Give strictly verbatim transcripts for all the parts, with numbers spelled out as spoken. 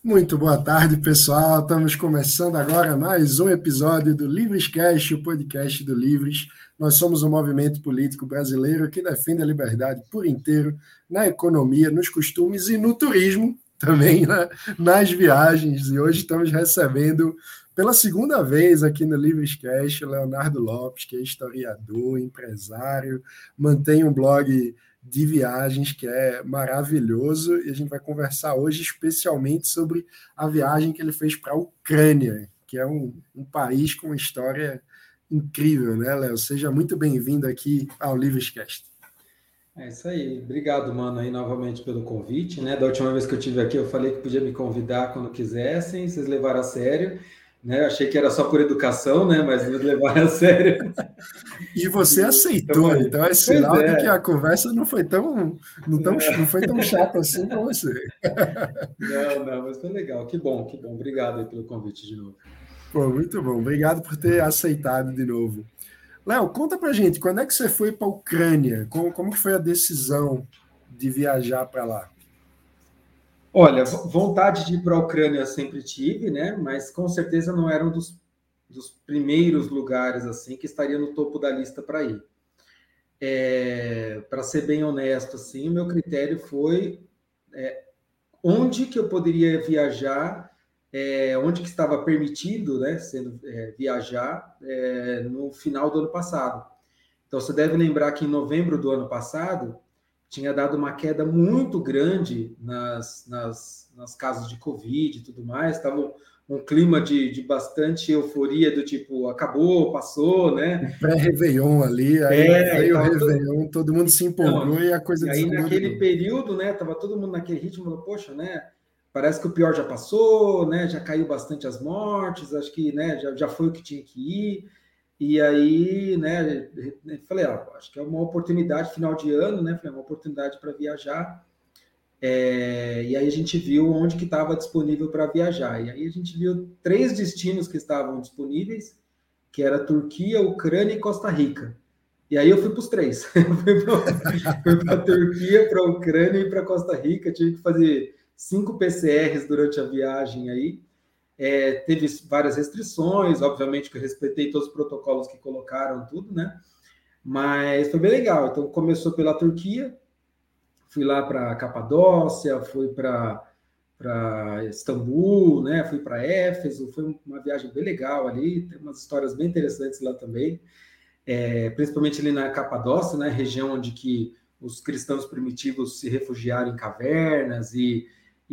Muito boa tarde, pessoal. Estamos começando agora mais um episódio do Livrescast, o podcast do Livres. Nós somos um movimento político brasileiro que defende a liberdade por inteiro na economia, nos costumes e no turismo, também né? Nas viagens. E hoje estamos recebendo pela segunda vez aqui no Livrescast o Leonardo Lopes, que é historiador, empresário, mantém um blog de viagens, que é maravilhoso, e a gente vai conversar hoje especialmente sobre a viagem que ele fez para a Ucrânia, que é um, um país com uma história incrível, né, Léo? Seja muito bem-vindo aqui ao Livrescast. É isso aí. Obrigado, mano, aí novamente pelo convite, né? Da última vez que eu estive aqui, eu falei que podia me convidar quando quisessem, vocês levaram a sério, né? Eu achei que era só por educação, né? Mas me levaram a sério. E você Então aceitou, aí. então é Pois sinal de que a é. conversa não foi tão, não tão, não foi tão chata assim para você. Não, não, mas foi legal. Que bom, que bom. Obrigado aí pelo convite de novo. Pô, muito bom. Obrigado por ter aceitado de novo. Léo, conta pra gente, quando é que você foi para a Ucrânia? Como, como que foi a decisão de viajar para lá? Olha, vontade de ir para a Ucrânia eu sempre tive, né? Mas com certeza não era um dos, dos primeiros lugares assim que estaria no topo da lista para ir. É, para ser bem honesto, assim, o meu critério foi é, onde que eu poderia viajar, é, onde que estava permitido, né, sendo é, viajar é, no final do ano passado. Então, você deve lembrar que em novembro do ano passado tinha dado uma queda muito grande nas, nas, nas casos de Covid e tudo mais, estava um clima de, de bastante euforia, do tipo, acabou, passou, né? O pré-Réveillon ali, aí É, e veio o tava todo, Réveillon, todo mundo se empolgou não, e a coisa e aí desandou de naquele novo. período, né, tava todo mundo naquele ritmo, falou, poxa, né, parece que o pior já passou, né, já caiu bastante as mortes, acho que, né, já, já foi o que tinha que ir, e aí, né, falei, ó, acho que é uma oportunidade, final de ano, né, falei, é uma oportunidade para viajar, é, e aí a gente viu onde que estava disponível para viajar, e aí a gente viu três destinos que estavam disponíveis, que era Turquia, Ucrânia e Costa Rica. E aí eu fui para os três. Fui para a Turquia, para a Ucrânia e para Costa Rica. Tive que fazer cinco P C Rs durante a viagem aí. É, teve várias restrições, obviamente que eu respeitei todos os protocolos que colocaram, tudo, né? Mas foi bem legal. Então começou pela Turquia, fui lá para Capadócia, fui para para Istambul, né? Fui para Éfeso, foi uma viagem bem legal ali, tem umas histórias bem interessantes lá também. É, principalmente ali na Capadócia, né, região onde que os cristãos primitivos se refugiaram em cavernas e,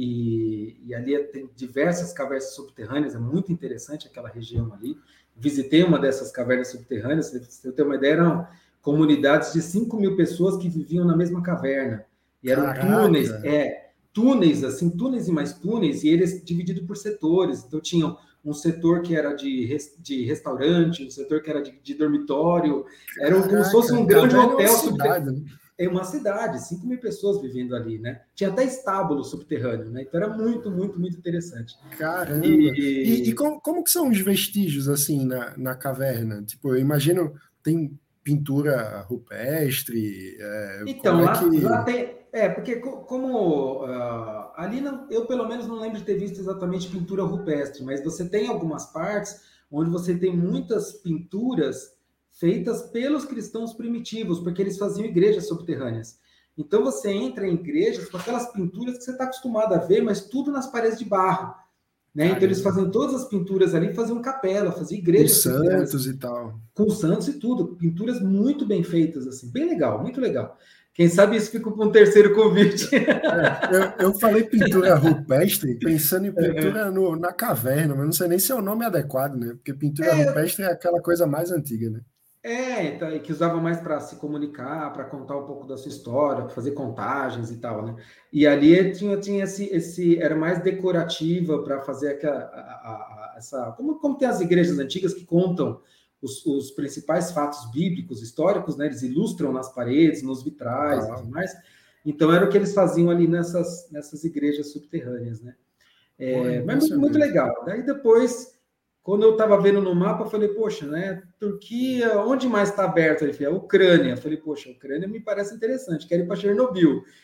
e, e ali tem diversas cavernas subterrâneas, é muito interessante aquela região ali. Visitei uma dessas cavernas subterrâneas, para você ter uma ideia, eram comunidades de cinco mil pessoas que viviam na mesma caverna. E eram túneis, Caraca! é, túneis, assim, túneis e mais túneis, e eles divididos por setores. Então tinham um setor que era de, de restaurante, um setor que era de, de dormitório, era como se fosse Caraca! um grande Caverna é uma hotel subterrâneo. cidade, né? É uma cidade, cinco mil pessoas vivendo ali, né? Tinha até estábulo subterrâneo, né? Então era muito, muito, muito interessante. Caramba! E, e E como, como que são os vestígios assim na, na caverna? Tipo, eu imagino tem pintura rupestre, é, como então, é lá, lá que... tem. É, porque como uh, ali não, eu pelo menos não lembro de ter visto exatamente pintura rupestre, mas você tem algumas partes onde você tem muitas pinturas feitas pelos cristãos primitivos, porque eles faziam igrejas subterrâneas. Então você entra em igrejas com aquelas pinturas que você está acostumado a ver, mas tudo nas paredes de barro. Né? Então eles Caramba! faziam todas as pinturas ali, faziam capela, faziam Os igrejas subterrâneas santos e tal. com santos e tudo, pinturas muito bem feitas, assim, bem legal, muito legal. Quem sabe isso fica para um terceiro convite. É, eu, eu falei pintura rupestre pensando em pintura no, na caverna, mas não sei nem se é o nome adequado, né? Porque pintura É, rupestre é aquela coisa mais antiga, né? é então, e que usava mais para se comunicar, para contar um pouco da sua história, para fazer contagens e tal, né? E ali tinha, tinha esse, esse, era mais decorativa para fazer aquela, a, a, a, essa, como, como tem as igrejas antigas que contam os, os principais fatos bíblicos, históricos, né? Eles ilustram nas paredes, nos vitrais e tudo Tal. mais. Então era o que eles faziam ali nessas, nessas igrejas subterrâneas, né? Pô, É, mas muito, muito impressionante. legal. Daí depois, quando eu estava vendo no mapa, eu falei, poxa, né? Turquia, onde mais está aberto? Ele falou, a Ucrânia. Eu falei, poxa, a Ucrânia me parece interessante, quero ir para Chernobyl.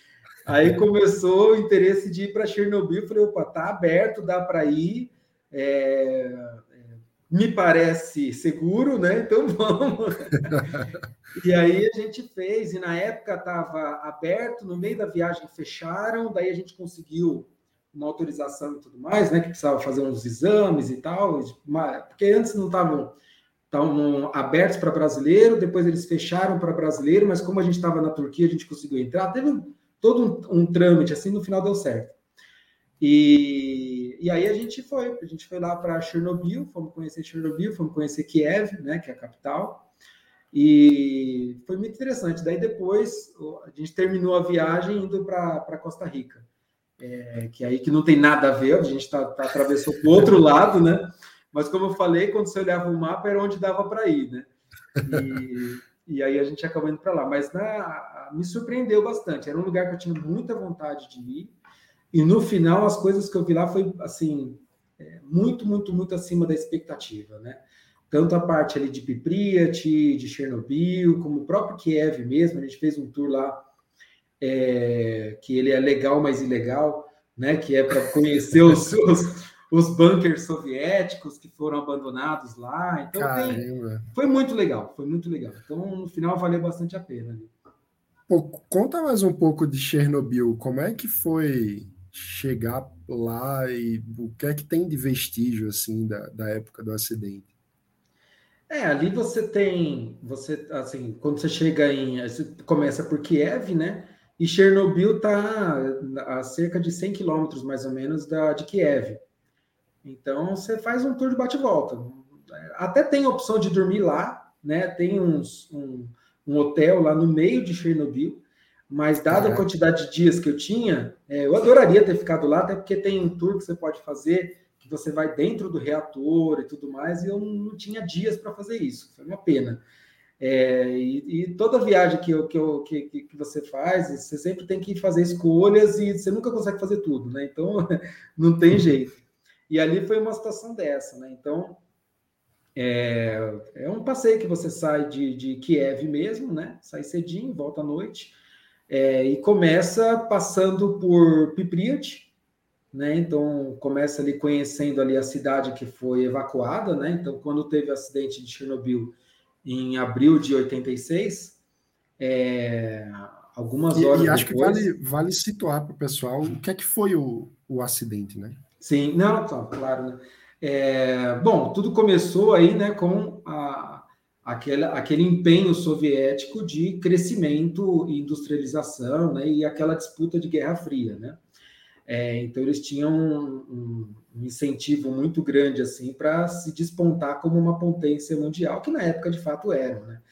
Aí começou o interesse de ir para Chernobyl. Eu falei, opa, tá aberto, dá para ir. É, me parece seguro, né? Então vamos. E aí a gente fez, e na época estava aberto, no meio da viagem fecharam, daí a gente conseguiu uma autorização e tudo mais, né? Que precisava fazer uns exames e tal, porque antes não estavam estavam abertos para brasileiro, depois eles fecharam para brasileiro, mas como a gente estava na Turquia, a gente conseguiu entrar, teve todo um, um trâmite, assim, no final deu certo. E, e aí a gente foi, a gente foi lá para Chernobyl, fomos conhecer Chernobyl, fomos conhecer Kiev, né, que é a capital, e foi muito interessante. Daí depois a gente terminou a viagem indo para Costa Rica, é, que aí que não tem nada a ver, a gente tá, tá atravessou para o outro lado, né? Mas como eu falei, quando você olhava o mapa era onde dava para ir, né? E, e aí a gente acabou indo para lá. Mas na, me surpreendeu bastante. Era um lugar que eu tinha muita vontade de ir. E no final as coisas que eu vi lá foi assim é, muito, muito, muito acima da expectativa, né? Tanto a parte ali de Pripyat, de Chernobyl, como o próprio Kiev mesmo. A gente fez um tour lá é, que ele é legal, mas ilegal, né? Que é para conhecer os, os, os bunkers soviéticos que foram abandonados lá. Então tem, foi muito legal, foi muito legal. Então no final valeu bastante a pena. Pô, conta mais um pouco de Chernobyl. Como é que foi chegar lá e o que é que tem de vestígio assim da, da época do acidente? É, ali você tem, você assim, quando você chega em, você começa por Kiev, né? E Chernobyl está a cerca de cem quilômetros, mais ou menos, da, de Kiev. Então, você faz um tour de bate-volta. Até tem a opção de dormir lá, né? Tem uns, um, um hotel lá no meio de Chernobyl, mas dada a quantidade de dias que eu tinha, é, eu adoraria ter ficado lá, até porque tem um tour que você pode fazer, que você vai dentro do reator e tudo mais, e eu não tinha dias para fazer isso. Foi uma pena. É, e, e toda viagem que, eu, que, eu, que, que você faz, você sempre tem que fazer escolhas e você nunca consegue fazer tudo, né? Então, não tem jeito. E ali foi uma situação dessa, né? Então, é, é um passeio que você sai de, de Kiev mesmo, né? Sai cedinho, volta à noite, é, e começa passando por Pripyat, né? Então, começa ali conhecendo ali a cidade que foi evacuada, né? Então, quando teve o acidente de Chernobyl, em abril de oitenta e seis, é, algumas E, horas e acho depois... que vale, vale situar para o pessoal o que é que foi o, o acidente, né? Sim, não, tá, claro, né? É, bom, tudo começou aí, né, com a, aquela, aquele empenho soviético de crescimento e industrialização, né, e aquela disputa de Guerra Fria, né? É, então eles tinham um, um incentivo muito grande assim para se despontar como uma potência mundial, que na época de fato eram, né?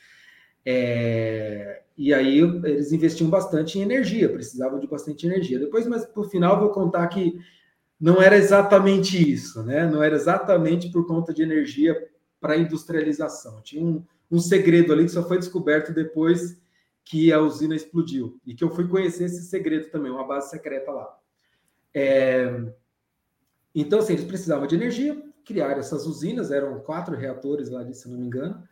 É, e aí eles investiam bastante em energia, precisavam de bastante energia. Depois, mas por final, vou contar que não era exatamente isso, né? Não era exatamente por conta de energia para industrialização. Tinha um, um segredo ali que só foi descoberto depois que a usina explodiu e que eu fui conhecer esse segredo também, uma base secreta lá. É, então, assim, eles precisavam de energia, criaram essas usinas, eram quatro reatores lá, se não me engano,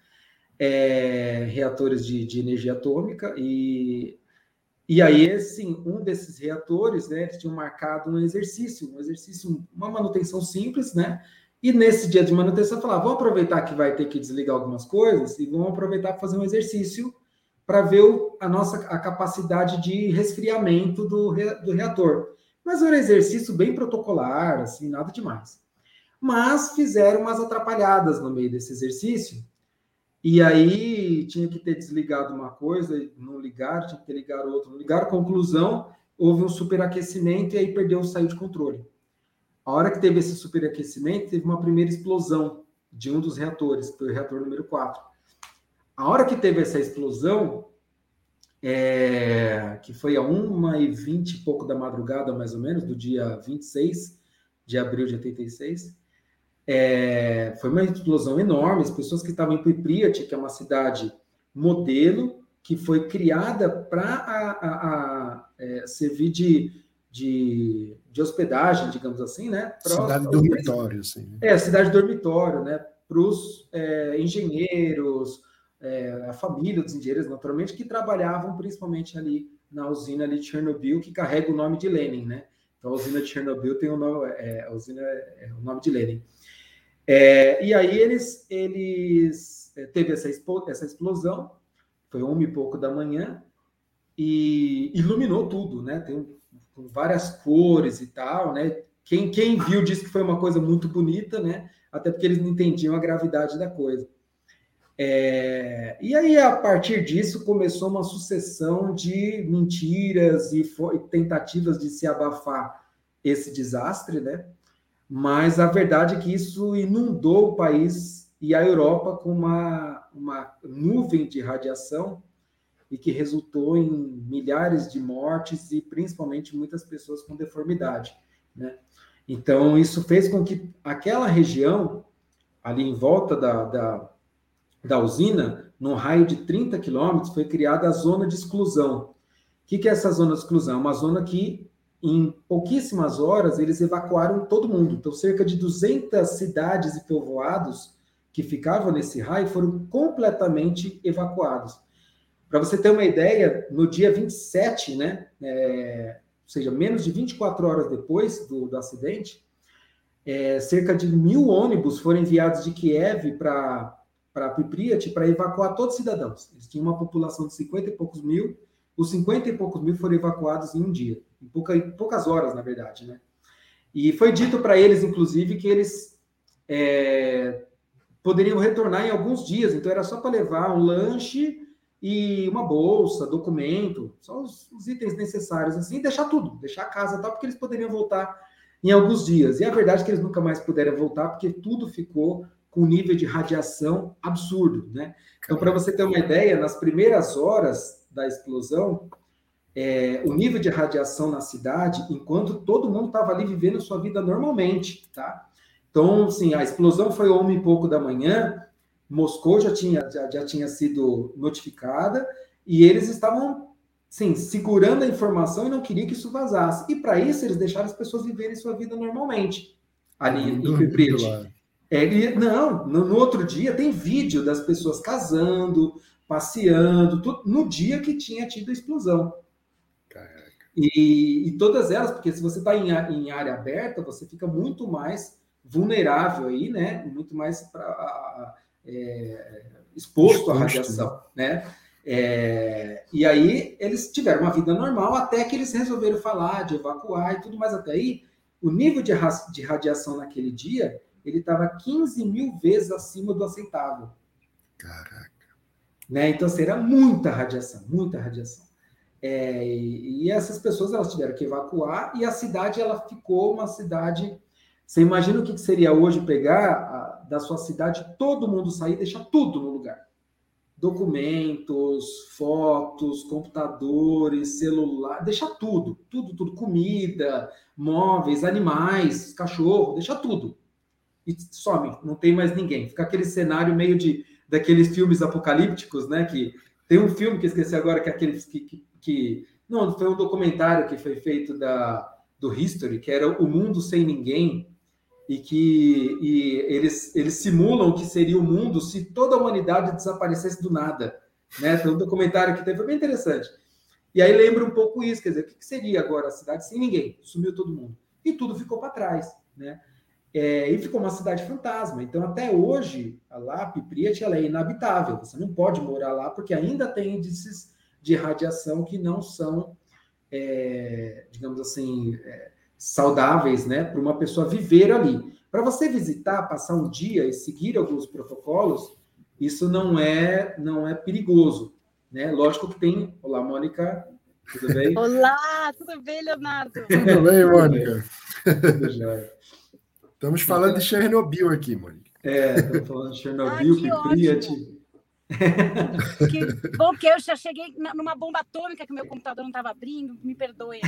é, reatores de, de energia atômica, e, e aí, assim, um desses reatores, né, eles tinham marcado um exercício, um exercício, uma manutenção simples, né, e nesse dia de manutenção, falaram, vamos aproveitar que vai ter que desligar algumas coisas e vamos aproveitar para fazer um exercício para ver o, a nossa a capacidade de resfriamento do, do reator. Mas era um exercício bem protocolar, assim, nada demais. Mas fizeram umas atrapalhadas no meio desse exercício, e aí tinha que ter desligado uma coisa, não ligaram, tinha que ter ligado outra, não ligaram. Conclusão, houve um superaquecimento e aí perdeu, saiu de controle. A hora que teve esse superaquecimento, teve uma primeira explosão de um dos reatores, que foi o reator número quatro. A hora que teve essa explosão, É, que foi a uma e vinte e pouco da madrugada, mais ou menos, do dia vinte e seis de abril de oitenta e seis. É, foi uma explosão enorme. As pessoas que estavam em Pripyat, que é uma cidade modelo, que foi criada para é, servir de, de, de hospedagem, digamos assim, né? Pra, cidade dormitório, assim. Né? É, cidade dormitório, né? Para os é, engenheiros, É, a família dos engenheiros, naturalmente, que trabalhavam principalmente ali na usina ali de Chernobyl, que carrega o nome de Lenin, né? Então, a usina de Chernobyl tem o nome, é, a usina é, é o nome de Lenin. É, e aí eles, eles é, teve essa, essa explosão, foi uma e pouco da manhã, e iluminou tudo, né? Tem com várias cores e tal, né? Quem, quem viu disse que foi uma coisa muito bonita, né? Até porque eles não entendiam a gravidade da coisa. É, e aí, a partir disso, começou uma sucessão de mentiras e tentativas de se abafar esse desastre, né? Mas a verdade é que isso inundou o país e a Europa com uma, uma nuvem de radiação e que resultou em milhares de mortes e principalmente muitas pessoas com deformidade, né? Então, isso fez com que aquela região, ali em volta da, da, da usina, num raio de trinta quilômetros, foi criada a zona de exclusão. O que, que é essa zona de exclusão? Uma zona que, em pouquíssimas horas, eles evacuaram todo mundo. Então, cerca de duzentas cidades e povoados que ficavam nesse raio foram completamente evacuados. Para você ter uma ideia, no dia vinte e sete, né, é, ou seja, menos de vinte e quatro horas depois do, do acidente, é, cerca de mil ônibus foram enviados de Kiev para Pripyat para evacuar todos os cidadãos. Eles tinham uma população de cinquenta e poucos mil, os cinquenta e poucos mil foram evacuados em um dia, em, pouca, em poucas horas, na verdade, né? E foi dito para eles, inclusive, que eles é, poderiam retornar em alguns dias, então era só para levar um lanche e uma bolsa, documento, só os, os itens necessários, assim, e deixar tudo, deixar a casa e tal, porque eles poderiam voltar em alguns dias. E a verdade é que eles nunca mais puderam voltar, porque tudo ficou com um nível de radiação absurdo, né? Então, para você ter uma ideia, nas primeiras horas da explosão, é, o nível de radiação na cidade, enquanto todo mundo estava ali vivendo sua vida normalmente, tá? Então, assim, a explosão foi uma e pouco da manhã, Moscou já tinha, já, já tinha sido notificada e eles estavam, sim, segurando a informação e não queriam que isso vazasse. E para isso eles deixaram as pessoas viverem sua vida normalmente ali em Pripyat. É, e, não, no, no outro dia tem vídeo das pessoas casando, passeando, tudo, no dia que tinha tido a explosão. E, e todas elas, porque se você está em, em área aberta, você fica muito mais vulnerável aí, né? Muito mais pra, é, exposto à radiação, né? É, e aí eles tiveram uma vida normal até que eles resolveram falar de evacuar e tudo mais. Até aí, o nível de, de radiação naquele dia, ele estava quinze mil vezes acima do aceitável. Caraca. Né? Então, assim, era muita radiação, muita radiação. É, e, e essas pessoas, elas tiveram que evacuar e a cidade, ela ficou uma cidade... Você imagina o que seria hoje pegar a, da sua cidade, todo mundo sair e deixar tudo no lugar. Documentos, fotos, computadores, celular, deixar tudo, tudo, tudo. Comida, móveis, animais, cachorro, deixar tudo. E some, não tem mais ninguém. Fica aquele cenário meio de daqueles filmes apocalípticos, né? Que tem um filme que eu esqueci agora, que é aquele que, que, que... Não, foi um documentário que foi feito da, do History, que era O Mundo Sem Ninguém, e que e eles, eles simulam que seria o mundo se toda a humanidade desaparecesse do nada, né? Tem um documentário que teve, foi bem interessante. E aí lembra um pouco isso, quer dizer, o que seria agora a cidade sem ninguém? Sumiu todo mundo. E tudo ficou para trás, né? É, e ficou uma cidade fantasma. Então, até hoje, lá, Pripyat, ela é inabitável. Você não pode morar lá, porque ainda tem índices de radiação que não são, é, digamos assim... É, saudáveis, né, para uma pessoa viver ali. Para você visitar, passar um dia e seguir alguns protocolos, isso não é não é perigoso, né? Lógico que tem. Olá, Mônica, tudo bem? Olá, tudo bem, Leonardo? Tudo bem, Mônica? Tudo jóia. Estamos falando de Chernobyl aqui, Mônica. É, estamos falando de Chernobyl, ah, Pripyat. Que bom que eu já cheguei numa bomba atômica que meu computador não estava abrindo, me perdoe.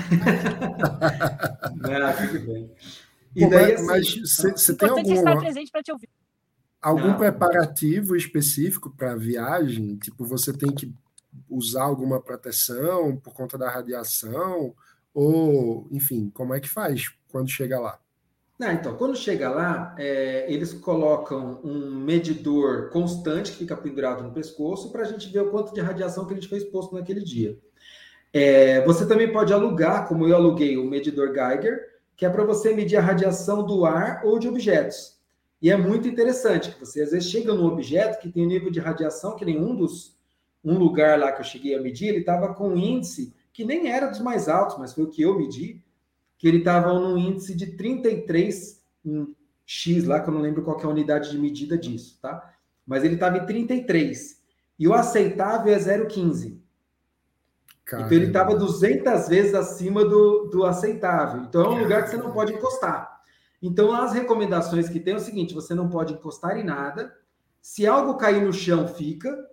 Ah, tudo bem. E Pô, daí, mas você assim, tem algum estar presente para te ouvir. Algum não. preparativo específico para a viagem? Tipo, você tem que usar alguma proteção por conta da radiação? Ou, enfim, como é que faz quando chega lá? Não, então, quando chega lá, é, eles colocam um medidor constante que fica pendurado no pescoço para a gente ver o quanto de radiação que a gente foi exposto naquele dia. É, você também pode alugar, como eu aluguei, o medidor Geiger, que é para você medir a radiação do ar ou de objetos. E é muito interessante que você, às vezes, chega num objeto que tem um nível de radiação, que nem um dos... Um lugar lá que eu cheguei a medir, ele estava com um índice que nem era dos mais altos, mas foi o que eu medi, que ele estava num índice de trinta e três X lá, que eu não lembro qual que é a unidade de medida disso, tá? Mas ele estava em trinta e três. E o aceitável é zero vírgula quinze. Então ele estava duzentas vezes acima do, do aceitável. Então é um lugar que você não pode encostar. Então as recomendações que tem é o seguinte, você não pode encostar em nada. Se algo cair no chão, fica.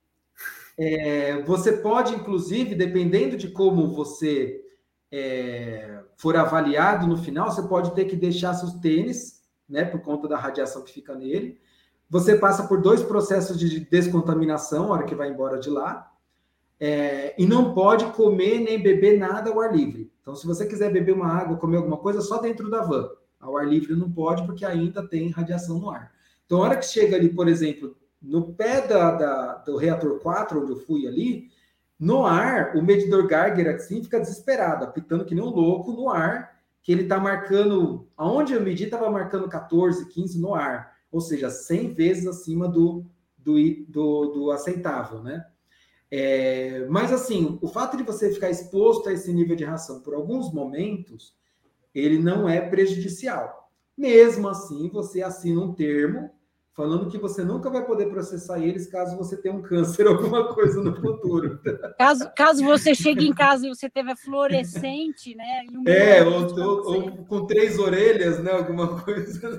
É, você pode, inclusive, dependendo de como você é, for avaliado no final, você pode ter que deixar seus tênis, né, por conta da radiação que fica nele. Você passa por dois processos de descontaminação, na hora que vai embora de lá, é, e não pode comer nem beber nada ao ar livre. Então, se você quiser beber uma água, comer alguma coisa, só dentro da van. Ao ar livre não pode, porque ainda tem radiação no ar. Então, a hora que chega ali, por exemplo, no pé da, da, do reator quatro, onde eu fui ali, no ar, o medidor Geiger assim fica desesperado, apitando que nem um louco no ar, que ele está marcando, aonde eu medi estava marcando quatorze, quinze no ar, ou seja, cem vezes acima do, do, do, do aceitável, né? É, mas assim, o fato de você ficar exposto a esse nível de radiação por alguns momentos, ele não é prejudicial. Mesmo assim, você assina um termo falando que você nunca vai poder processar eles caso você tenha um câncer ou alguma coisa no futuro. Caso, caso você chegue em casa e você teve a fluorescente, né? É, ou, ou, ou com três orelhas, né? Alguma coisa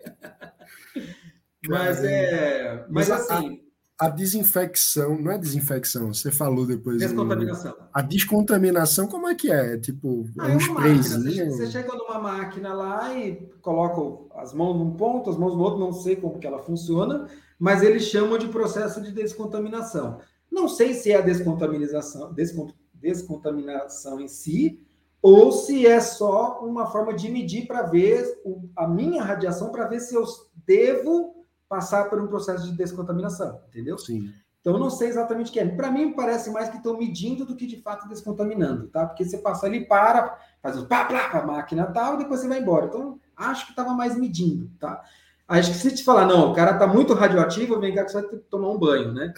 assim. Mas é... Mas assim... A, a desinfecção, não é desinfecção, você falou depois... Descontaminação. O, a descontaminação, como é que é? Tipo, ah, é um sprayzinho? Você, você chega numa máquina lá e coloca as mãos num ponto, as mãos no outro, não sei como que ela funciona, mas eles chamam de processo de descontaminação. Não sei se é a descontaminação, descont, descontaminação em si, ou se é só uma forma de medir para ver o, a minha radiação, para ver se eu devo passar por um processo de descontaminação, entendeu? Sim. Então, eu não sei exatamente o que é. Para mim, parece mais que estão medindo do que, de fato, descontaminando, tá? Porque você passa ali, para, faz o pá, plá, a máquina tal, e depois você vai embora. Então, acho que estava mais medindo, tá? Acho que se te falar, não, o cara está muito radioativo, vem cá que você vai ter que tomar um banho, né?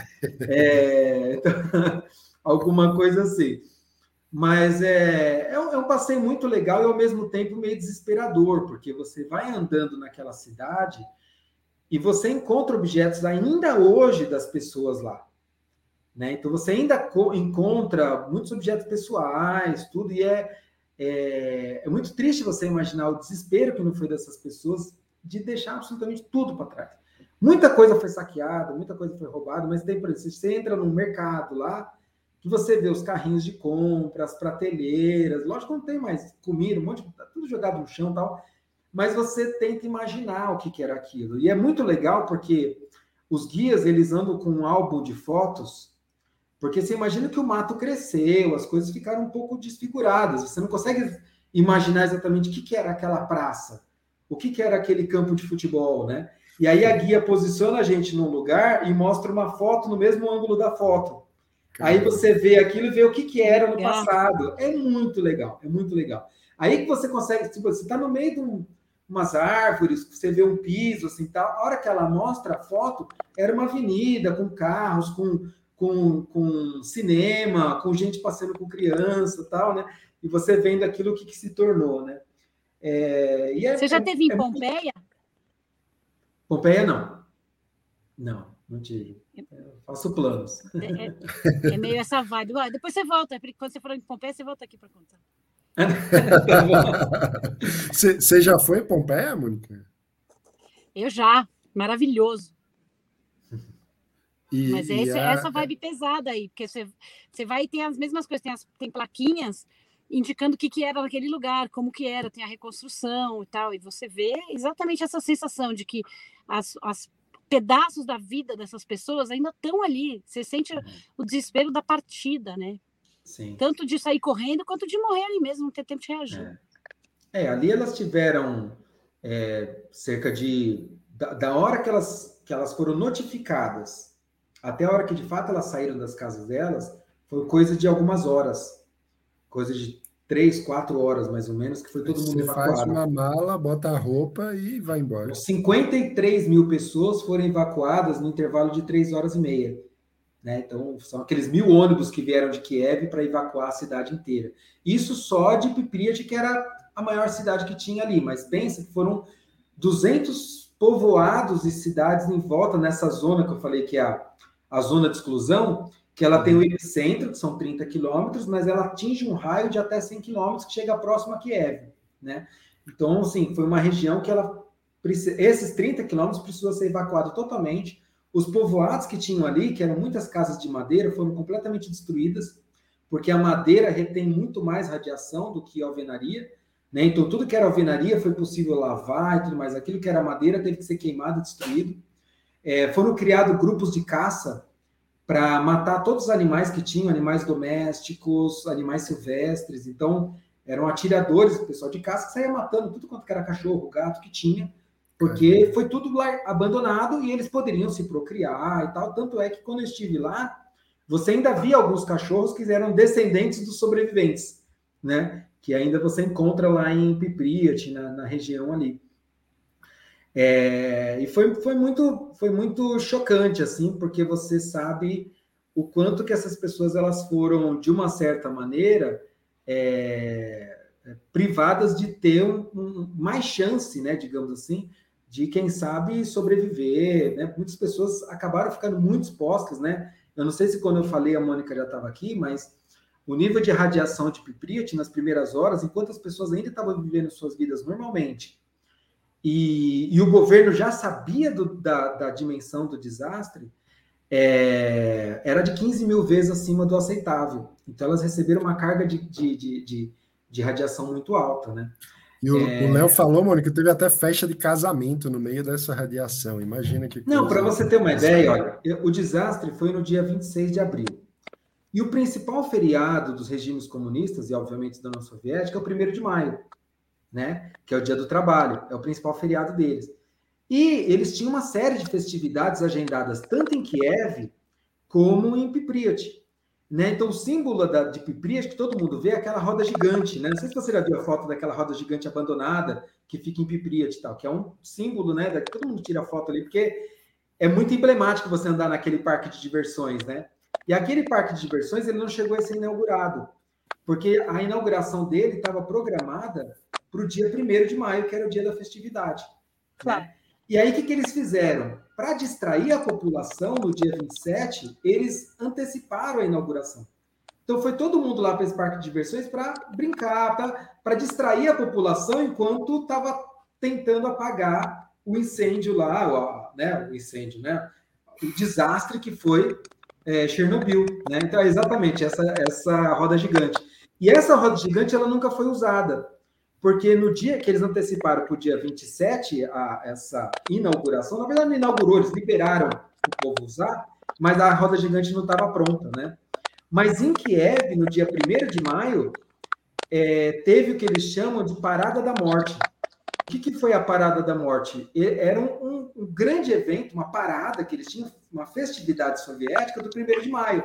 É, então, alguma coisa assim. Mas é, é um, é um passeio muito legal e, ao mesmo tempo, meio desesperador, porque você vai andando naquela cidade... E você encontra objetos ainda hoje das pessoas lá. Né? Então, você ainda encontra muitos objetos pessoais, tudo, e é, é, é muito triste você imaginar o desespero que não foi dessas pessoas de deixar absolutamente tudo para trás. Muita coisa foi saqueada, muita coisa foi roubada, mas tem, por exemplo, você entra num mercado lá, que você vê os carrinhos de compra, as prateleiras, lógico que não tem mais comida, um monte de... Tá tudo jogado no chão e tal... Mas você tenta imaginar o que, que era aquilo. E é muito legal porque os guias, eles andam com um álbum de fotos, porque você imagina que o mato cresceu, as coisas ficaram um pouco desfiguradas, você não consegue imaginar exatamente o que, que era aquela praça, o que, que era aquele campo de futebol, né? E aí a guia posiciona a gente num lugar e mostra uma foto no mesmo ângulo da foto. Caramba. Aí você vê aquilo e vê o que, que era no passado. É muito legal, é muito legal. Aí que você consegue, tipo, você está no meio de um... umas árvores, você vê um piso, assim, tal. A hora que ela mostra a foto, era uma avenida com carros, com, com, com cinema, com gente passeando com criança, tal, né? E você vendo aquilo que, que se tornou, né? É, e é, você já é, teve em é Pompeia? Muito... Pompeia, não. Não, não tive. Eu faço planos. É, é, é meio essa vibe. Ué, depois você volta, porque quando você for em Pompeia, você volta aqui para contar. Você já foi em Pompeia, Mônica? Eu já, maravilhoso. E, Mas e esse, a... essa vibe pesada aí, porque você, você vai e tem as mesmas coisas, tem, as, tem plaquinhas indicando o que, que era naquele lugar, como que era, tem a reconstrução e tal, e você vê exatamente essa sensação de que as, as pedaços da vida dessas pessoas ainda estão ali, você sente o desespero da partida, né? Sim. Tanto de sair correndo, quanto de morrer ali mesmo, não ter tempo de reagir. É, é ali elas tiveram é, cerca de... Da, da hora que elas, que elas foram notificadas até a hora que, de fato, elas saíram das casas delas, foi coisa de algumas horas. coisa de três, quatro horas, mais ou menos, que foi todo mundo evacuado. Você faz uma mala, bota a roupa e vai embora. cinquenta e três mil pessoas foram evacuadas no intervalo de três horas e meia. Né? Então, são aqueles mil ônibus que vieram de Kiev para evacuar a cidade inteira. Isso só de Pripyat, que era a maior cidade que tinha ali. Mas pensa que foram duzentos povoados e cidades em volta nessa zona que eu falei que é a, a zona de exclusão, que ela tem o epicentro, que são trinta quilômetros, mas ela atinge um raio de até cem quilômetros, que chega próximo a Kiev, né? Então, assim, foi uma região que ela... Esses trinta quilômetros precisou ser evacuado totalmente. Os povoados que tinham ali, que eram muitas casas de madeira, foram completamente destruídas, porque a madeira retém muito mais radiação do que a alvenaria, né? Então, tudo que era alvenaria foi possível lavar e tudo mais. Aquilo que era madeira teve que ser queimado e destruído. É, foram criados grupos de caça para matar todos os animais que tinham, animais domésticos, animais silvestres. Então, eram atiradores, o pessoal de caça, que saía matando tudo quanto era cachorro, gato que tinha, porque foi tudo lá abandonado e eles poderiam se procriar e tal. Tanto é que quando eu estive lá, você ainda via alguns cachorros que eram descendentes dos sobreviventes, né? Que ainda você encontra lá em Pripyat, na, na região ali. É, e foi, foi, muito, foi muito chocante, assim, porque você sabe o quanto que essas pessoas elas foram, de uma certa maneira, é, privadas de ter um, um, mais chance, né, digamos assim, de, quem sabe, sobreviver, né? Muitas pessoas acabaram ficando muito expostas, né? Eu não sei se quando eu falei a Mônica já estava aqui, mas o nível de radiação de Pripyat nas primeiras horas, enquanto as pessoas ainda estavam vivendo suas vidas normalmente, e, e o governo já sabia do, da, da dimensão do desastre, é, era de quinze mil vezes acima do aceitável. Então, elas receberam uma carga de, de, de, de, de radiação muito alta, né? E o Léo é... falou, Mônica, que teve até festa de casamento no meio dessa radiação. Imagina que coisa... Não, para você ter uma ideia, olha, o desastre foi no dia vinte e seis de abril. E o principal feriado dos regimes comunistas, e obviamente da União Soviética, é o primeiro de maio, né? Que é o dia do trabalho, é o principal feriado deles. E eles tinham uma série de festividades agendadas, tanto em Kiev como em Pripyat. Né? Então, o símbolo da, de Pripyat, que todo mundo vê, é aquela roda gigante. Né? Não sei se você já viu a foto daquela roda gigante abandonada, que fica em Pripyat e tal, que é um símbolo, né? Da, todo mundo tira foto ali, porque é muito emblemático você andar naquele parque de diversões, né? E aquele parque de diversões, ele não chegou a ser inaugurado, porque a inauguração dele estava programada para o dia primeiro de maio, que era o dia da festividade. Claro. Né? E aí, o que, que eles fizeram? Para distrair a população, no dia vinte e sete, eles anteciparam a inauguração. Então, foi todo mundo lá para esse parque de diversões para brincar, para distrair a população enquanto estava tentando apagar o incêndio lá, o, né, o incêndio, né? O desastre que foi é, Chernobyl. Né? Então, é exatamente essa, essa roda gigante. E essa roda gigante, ela nunca foi usada. Porque no dia que eles anteciparam para o dia vinte e sete, a, essa inauguração, na verdade não inaugurou, eles liberaram o povo usar, mas a roda gigante não estava pronta, né? Mas em Kiev, no dia primeiro de maio, é, teve o que eles chamam de Parada da Morte. O que, que foi a Parada da Morte? Era um, um, um grande evento, uma parada que eles tinham, uma festividade soviética do primeiro de maio.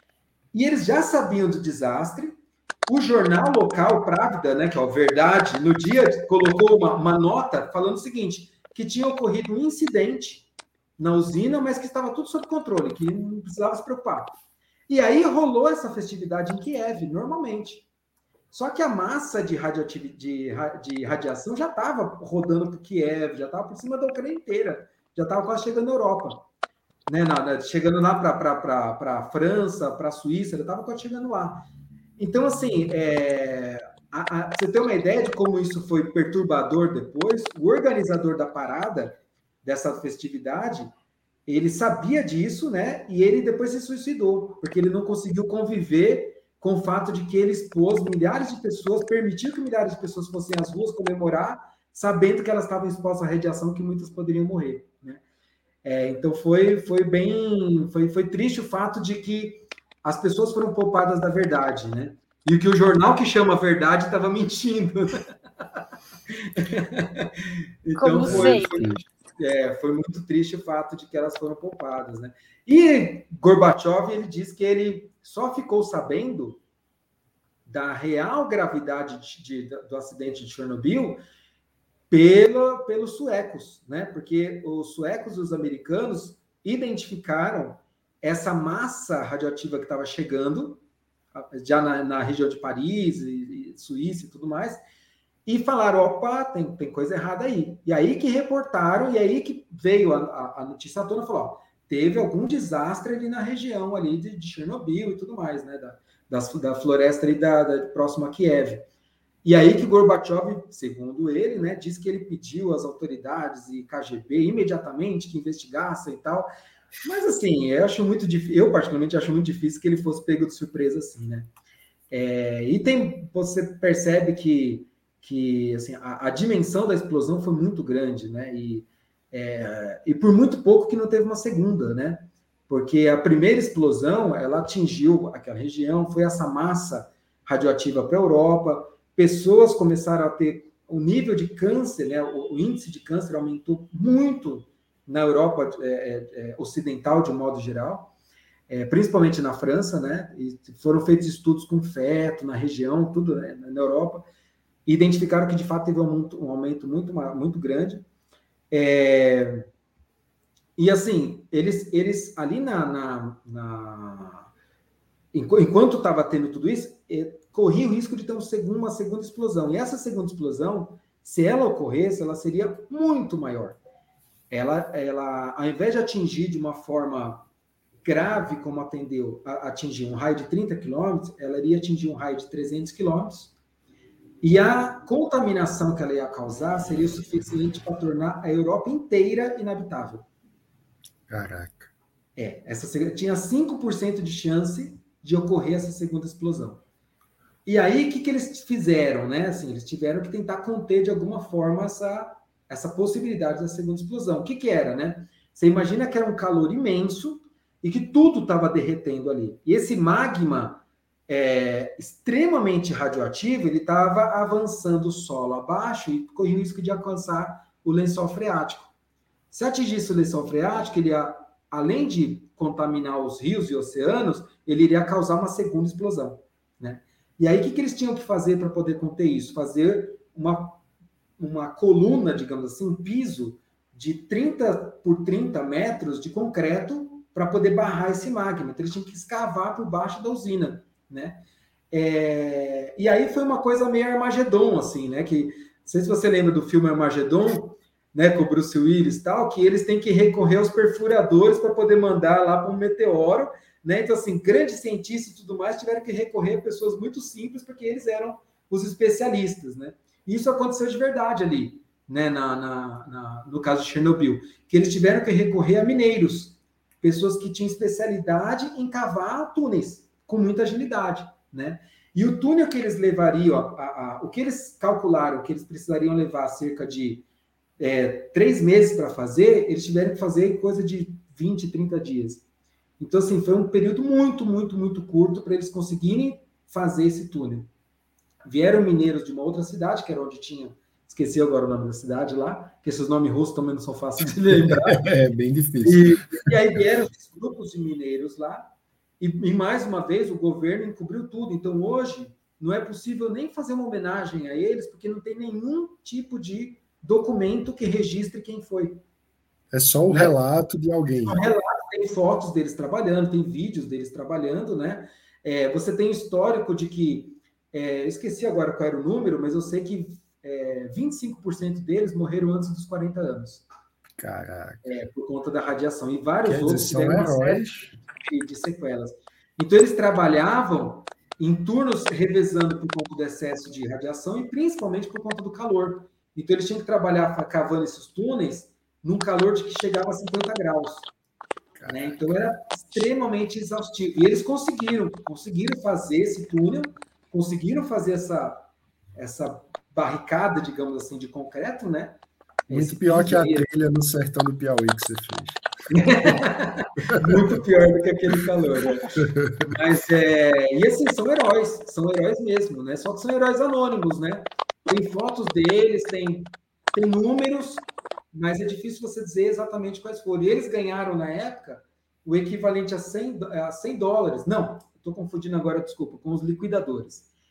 E eles já sabiam do desastre. O jornal local, Pravda, né, que é o Verdade, no dia colocou uma, uma nota falando o seguinte, que tinha ocorrido um incidente na usina, mas que estava tudo sob controle, que não precisava se preocupar. E aí rolou essa festividade em Kiev, normalmente. Só que a massa de, radioativ... de, de radiação já estava rodando por Kiev, já estava por cima da Ucrânia inteira, já estava quase chegando na Europa. Né, na, na, chegando lá para a França, para a Suíça, já estava quase chegando lá. Então, assim, é, a, a, você tem uma ideia de como isso foi perturbador depois? O organizador da parada, dessa festividade, ele sabia disso, né? E ele depois se suicidou, porque ele não conseguiu conviver com o fato de que ele expôs milhares de pessoas, permitiu que milhares de pessoas fossem às ruas comemorar, sabendo que elas estavam expostas à radiação, que muitas poderiam morrer, né? É, então, foi, foi bem... Foi, foi triste o fato de que as pessoas foram poupadas da verdade, né? E que o jornal que chama Verdade estava mentindo. Então, Como foi, foi, é, foi muito triste o fato de que elas foram poupadas, né? E Gorbachev, ele diz que ele só ficou sabendo da real gravidade de, de, do acidente de Chernobyl pelo, pelos suecos, né? Porque os suecos e os americanos identificaram essa massa radioativa que estava chegando, já na, na região de Paris, e, e Suíça e tudo mais, e falaram, opa, tem, tem coisa errada aí. E aí que reportaram, e aí que veio a, a, a notícia toda, falou, ó, teve algum desastre ali na região ali de, de Chernobyl e tudo mais, né, da, das, da floresta ali da, da, próxima a Kiev. E aí que Gorbachev, segundo ele, né, disse que ele pediu às autoridades e K G B imediatamente que investigassem e tal. Mas assim, eu acho muito difícil, eu particularmente acho muito difícil que ele fosse pego de surpresa assim, né? É, e tem, você percebe que, que assim, a, a dimensão da explosão foi muito grande, né? E, é, e por muito pouco que não teve uma segunda, né? Porque a primeira explosão, ela atingiu aquela região, foi essa massa radioativa para a Europa, pessoas começaram a ter o nível de câncer, né? O, o índice de câncer aumentou muito na Europa é, é, ocidental, de um modo geral, é, principalmente na França, né? E foram feitos estudos com feto na região, tudo, né? Na Europa, e identificaram que de fato teve um aumento, um aumento muito, muito grande. É, e assim, eles, eles ali na, na, na enquanto estava tendo tudo isso, corria o risco de ter um segundo, uma segunda explosão. E essa segunda explosão, se ela ocorresse, ela seria muito maior. Ela, ela, ao invés de atingir de uma forma grave, como atendeu, a, atingir um raio de trinta quilômetros, ela iria atingir um raio de trezentos quilômetros, e a contaminação que ela ia causar seria o suficiente para tornar a Europa inteira inabitável. Caraca. É, essa, tinha cinco por cento de chance de ocorrer essa segunda explosão. E aí, o que, que eles fizeram, né? Assim, eles tiveram que tentar conter de alguma forma essa, essa possibilidade da segunda explosão. O que, que era, né? Você imagina que era um calor imenso e que tudo estava derretendo ali. E esse magma é, extremamente radioativo, ele estava avançando o solo abaixo e corria o risco de alcançar o lençol freático. Se atingisse o lençol freático, ele ia, além de contaminar os rios e oceanos, ele iria causar uma segunda explosão, né? E aí, o que, que eles tinham que fazer para poder conter isso? Fazer uma, uma coluna, digamos assim, um piso de trinta por trinta metros de concreto para poder barrar esse magma. Então, eles tinham que escavar por baixo da usina, né? É... E aí foi uma coisa meio Armagedon, assim, né? Que, não sei se você lembra do filme Armagedon, né, com o Bruce Willis e tal, que eles têm que recorrer aos perfuradores para poder mandar lá para um meteoro, né? Então, assim, grandes cientistas e tudo mais tiveram que recorrer a pessoas muito simples, porque eles eram os especialistas, né? E isso aconteceu de verdade ali, né? Na, na, na, no caso de Chernobyl, que eles tiveram que recorrer a mineiros, pessoas que tinham especialidade em cavar túneis, com muita agilidade, né? E o túnel que eles levariam, a, a, a, o que eles calcularam que eles precisariam levar cerca de é, três meses para fazer, eles tiveram que fazer coisa de vinte, trinta dias. Então, assim, foi um período muito, muito, muito curto para eles conseguirem fazer esse túnel. Vieram mineiros de uma outra cidade, que era onde tinha, esqueci agora o nome da cidade lá, que esses nomes russos também não são fáceis de lembrar. É, bem difícil. E, e aí vieram esses grupos de mineiros lá, e, e mais uma vez o governo encobriu tudo. Então, hoje, não é possível nem fazer uma homenagem a eles, porque não tem nenhum tipo de documento que registre quem foi. É só o né? relato de alguém. É um relato, tem fotos deles trabalhando, tem vídeos deles trabalhando, né? É, você tem histórico de que, é, eu esqueci agora qual era o número, mas eu sei que é, vinte e cinco por cento deles morreram antes dos quarenta anos. Caraca. É, por conta da radiação. E vários Quer outros dizer, são tiveram uma série heróis. de, de sequelas. Então, eles trabalhavam em turnos revezando por conta do excesso de radiação e principalmente por conta do calor. Então, eles tinham que trabalhar cavando esses túneis num calor de que chegava a cinquenta graus. Né? Então, era extremamente exaustivo. E eles conseguiram, conseguiram fazer esse túnel, conseguiram fazer essa, essa barricada, digamos assim, de concreto, né? Muito Esse pior que a aí, trilha no sertão do Piauí que você fez. muito pior do que aquele calor, né? Mas, é... e assim, são heróis, são heróis mesmo, né? Só que são heróis anônimos, né? Tem fotos deles, tem, tem números, mas é difícil você dizer exatamente quais foram. E eles ganharam, na época, o equivalente a cem, a cem dólares. Não, estou confundindo agora, desculpa, com os liquidadores.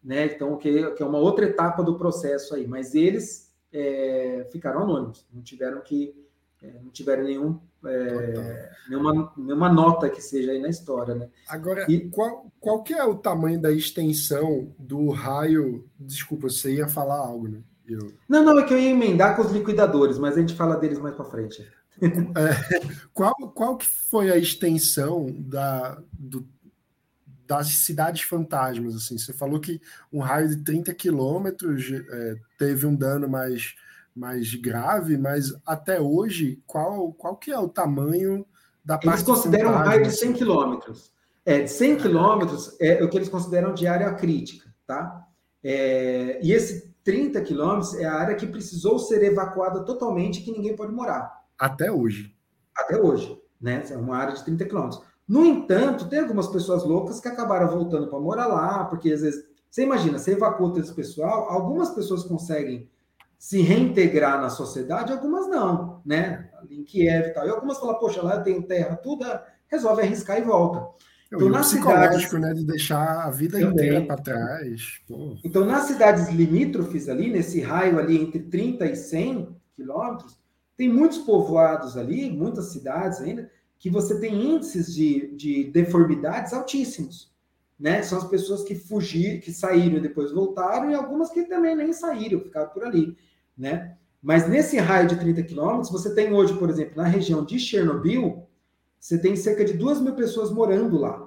né? Então, que, que é uma outra etapa do processo aí, mas eles é, ficaram anônimos, não tiveram que é, não tiveram nenhum, é, nenhuma, nenhuma nota que seja aí na história, né? Agora, e, qual, qual que é o tamanho da extensão do raio? Desculpa, você ia falar algo, né? Eu... Não, não, é que eu ia emendar com os liquidadores, mas a gente fala deles mais para frente. É, qual, qual que foi a extensão da, do, das cidades fantasmas? Assim? Você falou que um raio de trinta quilômetros é, teve um dano mais, mais grave, mas até hoje, qual, qual que é o tamanho da parte Eles consideram fantasma, um raio de assim? cem quilômetros. É, de cem quilômetros é o que eles consideram de área crítica, tá? É, e esse trinta quilômetros é a área que precisou ser evacuada totalmente, que ninguém pode morar. Até hoje. Até hoje, né? É uma área de trinta quilômetros. No entanto, tem algumas pessoas loucas que acabaram voltando para morar lá, porque às vezes, você imagina, você evacua todo esse pessoal, algumas pessoas conseguem se reintegrar na sociedade, algumas não, né? Ali em Kiev e tal. E algumas falam, poxa, lá eu tenho terra, tudo, resolve arriscar e volta. Então, e o psicológico, cidades, né, de deixar a vida também inteira para trás. Pô. Então, nas cidades limítrofes ali, nesse raio ali entre trinta e cem quilômetros, tem muitos povoados ali, muitas cidades ainda, que você tem índices de, de deformidades altíssimos, né? São as pessoas que fugiram, que saíram e depois voltaram, e algumas que também nem saíram, ficaram por ali, né? Mas nesse raio de trinta quilômetros, você tem hoje, por exemplo, na região de Chernobyl, você tem cerca de duas mil pessoas morando lá.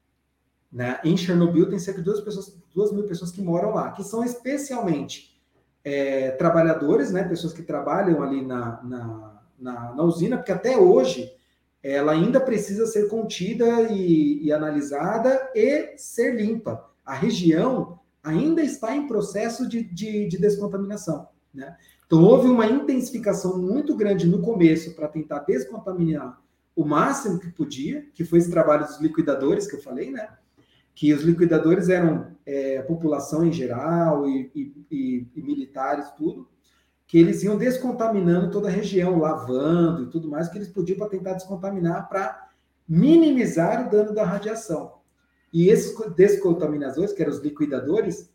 Né? Em Chernobyl tem cerca de duas, pessoas, duas mil pessoas que moram lá, que são especialmente é, trabalhadores, né? Pessoas que trabalham ali na, na, na, na usina, porque até hoje ela ainda precisa ser contida e, e analisada e ser limpa. A região ainda está em processo de, de, de descontaminação. Né? Então, houve uma intensificação muito grande no começo para tentar descontaminar o máximo que podia, que foi esse trabalho dos liquidadores que eu falei, né? Que os liquidadores eram é, a população em geral e, e, e, e militares, tudo, que eles iam descontaminando toda a região, lavando e tudo mais, que eles podiam para tentar descontaminar, para minimizar o dano da radiação. E esses descontaminadores, que eram os liquidadores,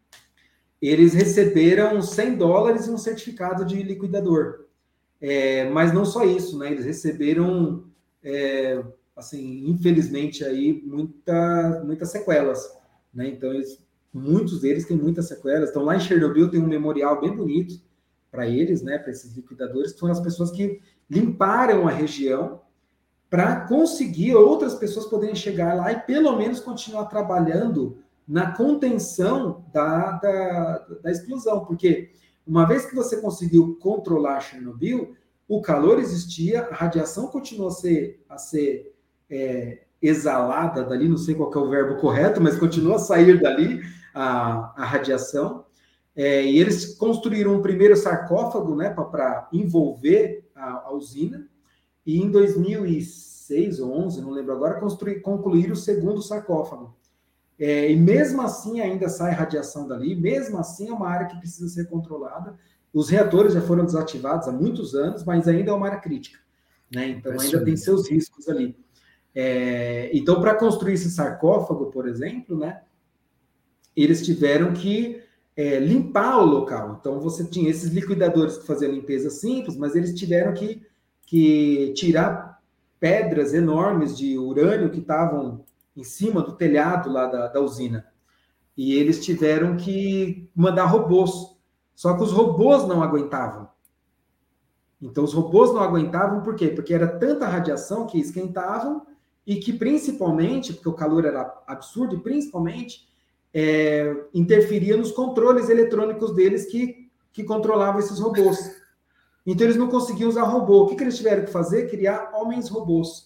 eles receberam cem dólares e um certificado de liquidador. É, mas não só isso, né? Eles receberam, é, assim, infelizmente, aí, muita, muitas sequelas. Né? Então, eles, muitos deles têm muitas sequelas. Então, lá em Chernobyl tem um memorial bem bonito para eles, né? Para esses liquidadores, que foram as pessoas que limparam a região para conseguir outras pessoas poderem chegar lá e, pelo menos, continuar trabalhando na contenção da, da, da explosão, porque uma vez que você conseguiu controlar Chernobyl, o calor existia, a radiação continuou a ser, a ser é, exalada dali, não sei qual que é o verbo correto, mas continua a sair dali a, a radiação, é, e eles construíram um primeiro sarcófago, né, para envolver a, a usina, e em dois mil e seis ou onze, não lembro agora, construir, concluir o segundo sarcófago. É, e mesmo assim ainda sai radiação dali, mesmo assim é uma área que precisa ser controlada. Os reatores já foram desativados há muitos anos, mas ainda é uma área crítica. Né? Então ainda tem seus riscos ali. É, então, para construir esse sarcófago, por exemplo, né, eles tiveram que é, limpar o local. Então você tinha esses liquidadores que faziam limpeza simples, mas eles tiveram que, que tirar pedras enormes de urânio que estavam em cima do telhado lá da, da usina. E eles tiveram que mandar robôs. Só que os robôs não aguentavam. Então, os robôs não aguentavam por quê? Porque era tanta radiação que esquentavam e que, principalmente, porque o calor era absurdo, e principalmente, é, interferia nos controles eletrônicos deles que, que controlavam esses robôs. Então, eles não conseguiam usar robô. O que, que eles tiveram que fazer? Criar homens-robôs.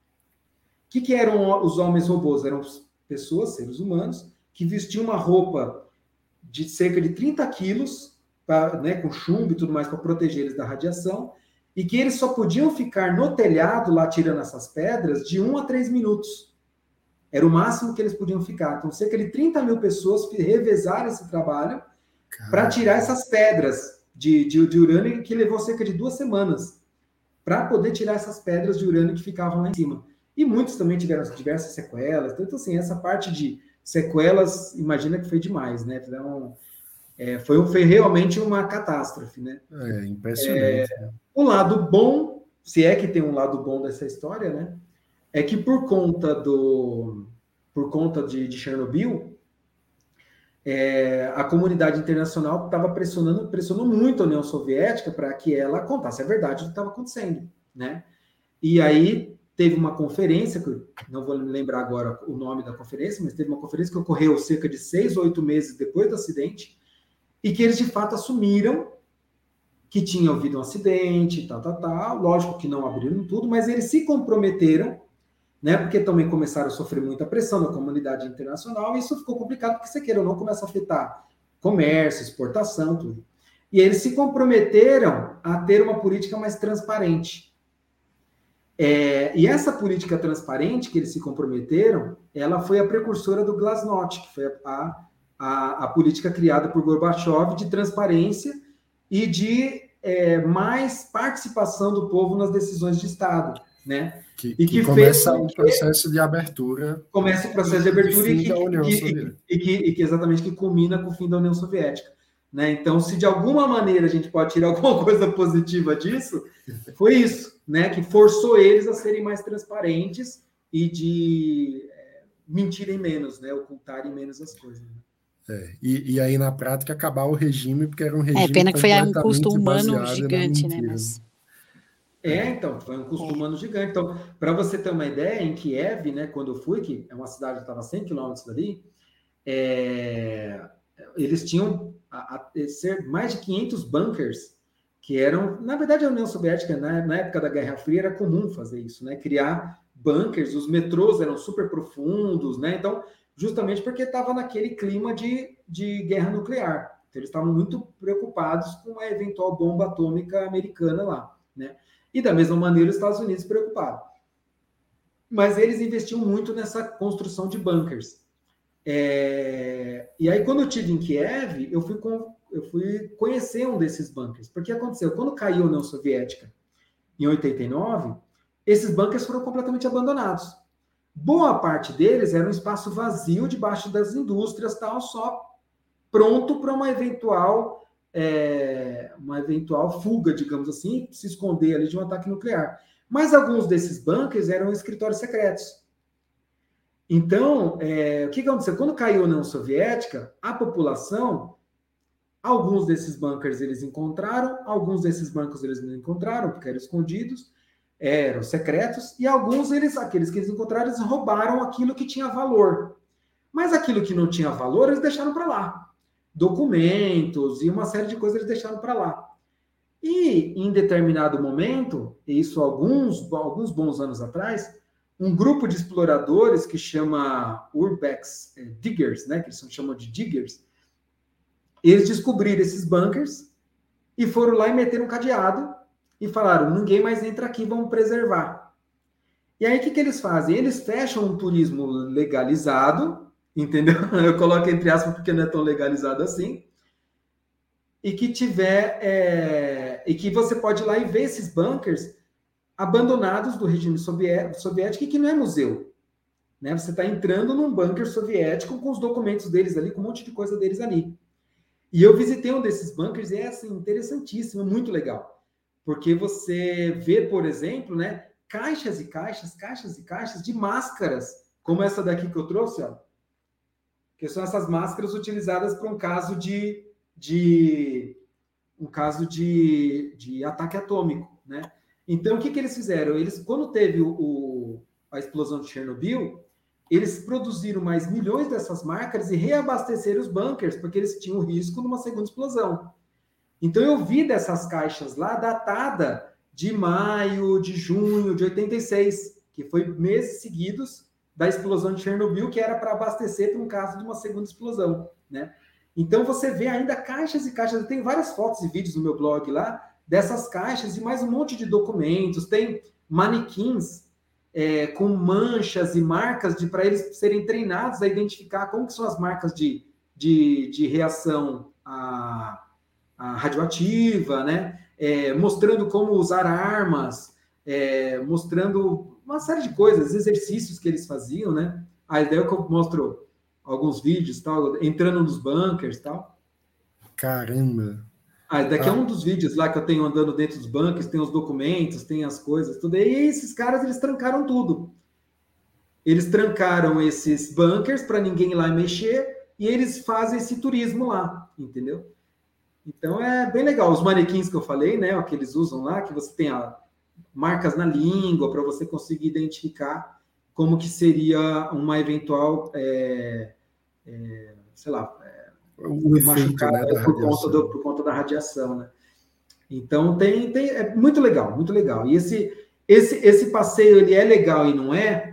O que, que eram os homens-robôs? Eram pessoas, seres humanos, que vestiam uma roupa de cerca de trinta quilos, pra, né, com chumbo e tudo mais, para proteger eles da radiação, e que eles só podiam ficar no telhado, lá tirando essas pedras, de um a três minutos. Era o máximo que eles podiam ficar. Então, cerca de trinta mil pessoas revezaram esse trabalho para tirar essas pedras de, de, de urânio, que levou cerca de duas semanas, para poder tirar essas pedras de urânio que ficavam lá em cima. E muitos também tiveram diversas sequelas. Então, assim, essa parte de sequelas, imagina que foi demais, né? Então, é, foi, foi realmente uma catástrofe, né? É impressionante. É, o lado bom, se é que tem um lado bom dessa história, né? É que por conta do por conta de, de Chernobyl, é, a comunidade internacional estava pressionando, pressionou muito a União Soviética para que ela contasse a verdade do que estava acontecendo, né? E aí teve uma conferência, que eu não vou me lembrar agora o nome da conferência, mas teve uma conferência que ocorreu cerca de seis ou oito meses depois do acidente, e que eles de fato assumiram que tinha havido um acidente, tal, tal, tal. Lógico que não abriram tudo, mas eles se comprometeram, né? Porque também começaram a sofrer muita pressão da comunidade internacional, e isso ficou complicado, porque você queira ou não, começa a afetar comércio, exportação, tudo. E eles se comprometeram a ter uma política mais transparente. É, e essa política transparente que eles se comprometeram, ela foi a precursora do Glasnost, que foi a, a, a política criada por Gorbachev de transparência e de é, mais participação do povo nas decisões de Estado, né? Que, e que que começa fez um processo de abertura. Começa o processo de abertura e que, União que, Soviética. E, que, e que exatamente que culmina com o fim da União Soviética. Né? Então, se de alguma maneira a gente pode tirar alguma coisa positiva disso, foi isso, né? Que forçou eles a serem mais transparentes e de é, mentirem menos, né? Ocultarem menos as coisas. Né? É, e, e aí, na prática, acabar o regime, porque era um regime É, pena que foi um custo humano baseado gigante, na né? mentira. Mas... É, então, foi um custo É. humano gigante. Então, para você ter uma ideia, em Kiev, né, quando eu fui, que é uma cidade que estava a cem quilômetros dali, é, eles tinham a, a, ser mais de quinhentos bunkers, que eram, na verdade, a União Soviética, na, na época da Guerra Fria, era comum fazer isso, né? Criar bunkers, os metrôs eram super profundos, né? Então, justamente porque estava naquele clima de, de guerra nuclear. Então, eles estavam muito preocupados com a eventual bomba atômica americana lá, né? E da mesma maneira os Estados Unidos preocupados. Mas eles investiam muito nessa construção de bunkers. É... E aí, quando eu estive em Kiev, eu fui, com... eu fui conhecer um desses bunkers. Porque aconteceu, quando caiu a União Soviética, em oitenta e nove, esses bunkers foram completamente abandonados. Boa parte deles era um espaço vazio debaixo das indústrias, tal, só pronto para uma eventual... É, uma eventual fuga, digamos assim, se esconder ali de um ataque nuclear. Mas alguns desses bunkers eram escritórios secretos. Então, é, o que aconteceu? Quando caiu a União Soviética, a população, alguns desses bunkers eles encontraram, alguns desses bunkers eles não encontraram, porque eram escondidos, eram secretos, e alguns, eles, aqueles que eles encontraram, eles roubaram aquilo que tinha valor. Mas aquilo que não tinha valor, eles deixaram para lá. Documentos e uma série de coisas eles deixaram para lá. E, em determinado momento, isso alguns, alguns bons anos atrás, um grupo de exploradores que chama Urbex é, Diggers, né, que eles chamam de Diggers, eles descobriram esses bunkers e foram lá e meteram um cadeado e falaram, ninguém mais entra aqui, vamos preservar. E aí, o que, que eles fazem? Eles fecham um turismo legalizado, entendeu? Eu coloco entre aspas porque não é tão legalizado assim. E que tiver... É, e que você pode ir lá e ver esses bunkers abandonados do regime soviético e que não é museu. Né? Você está entrando num bunker soviético com os documentos deles ali, com um monte de coisa deles ali. E eu visitei um desses bunkers e é assim, interessantíssimo, muito legal. Porque você vê, por exemplo, né, caixas e caixas, caixas e caixas de máscaras, como essa daqui que eu trouxe, ó. Que são essas máscaras utilizadas para um caso de, de um caso de, de ataque atômico, né? Então, o que, que eles fizeram? Eles, quando teve o, o, a explosão de Chernobyl, eles produziram mais milhões dessas máscaras e reabasteceram os bunkers, porque eles tinham risco numa segunda explosão. Então, eu vi dessas caixas lá, datada de maio, de junho de oitenta e seis, que foi meses seguidos da explosão de Chernobyl, que era para abastecer para um caso de uma segunda explosão, né? Então, você vê ainda caixas e caixas, eu tenho várias fotos e vídeos no meu blog lá, dessas caixas e mais um monte de documentos, tem manequins é, com manchas e marcas para eles serem treinados a identificar como que são as marcas de, de, de reação a, a radioativa, né? É, mostrando como usar armas, é, mostrando uma série de coisas, exercícios que eles faziam, né? A ideia que eu mostro alguns vídeos, tal, entrando nos bunkers e tal. Caramba! Ah, daqui ah. é um dos vídeos lá que eu tenho andando dentro dos bunkers, tem os documentos, tem as coisas, tudo. E esses caras, eles trancaram tudo. Eles trancaram esses bunkers para ninguém ir lá mexer e eles fazem esse turismo lá, entendeu? Então é bem legal. Os manequins que eu falei, né, o que eles usam lá, que você tem a, marcas na língua para você conseguir identificar como que seria uma eventual, é, é, sei lá, é, o efeito, machucada, né, da por, conta do, por conta da radiação, né? Então tem, tem, é muito legal, muito legal. E esse, esse, esse passeio ele é legal e não é,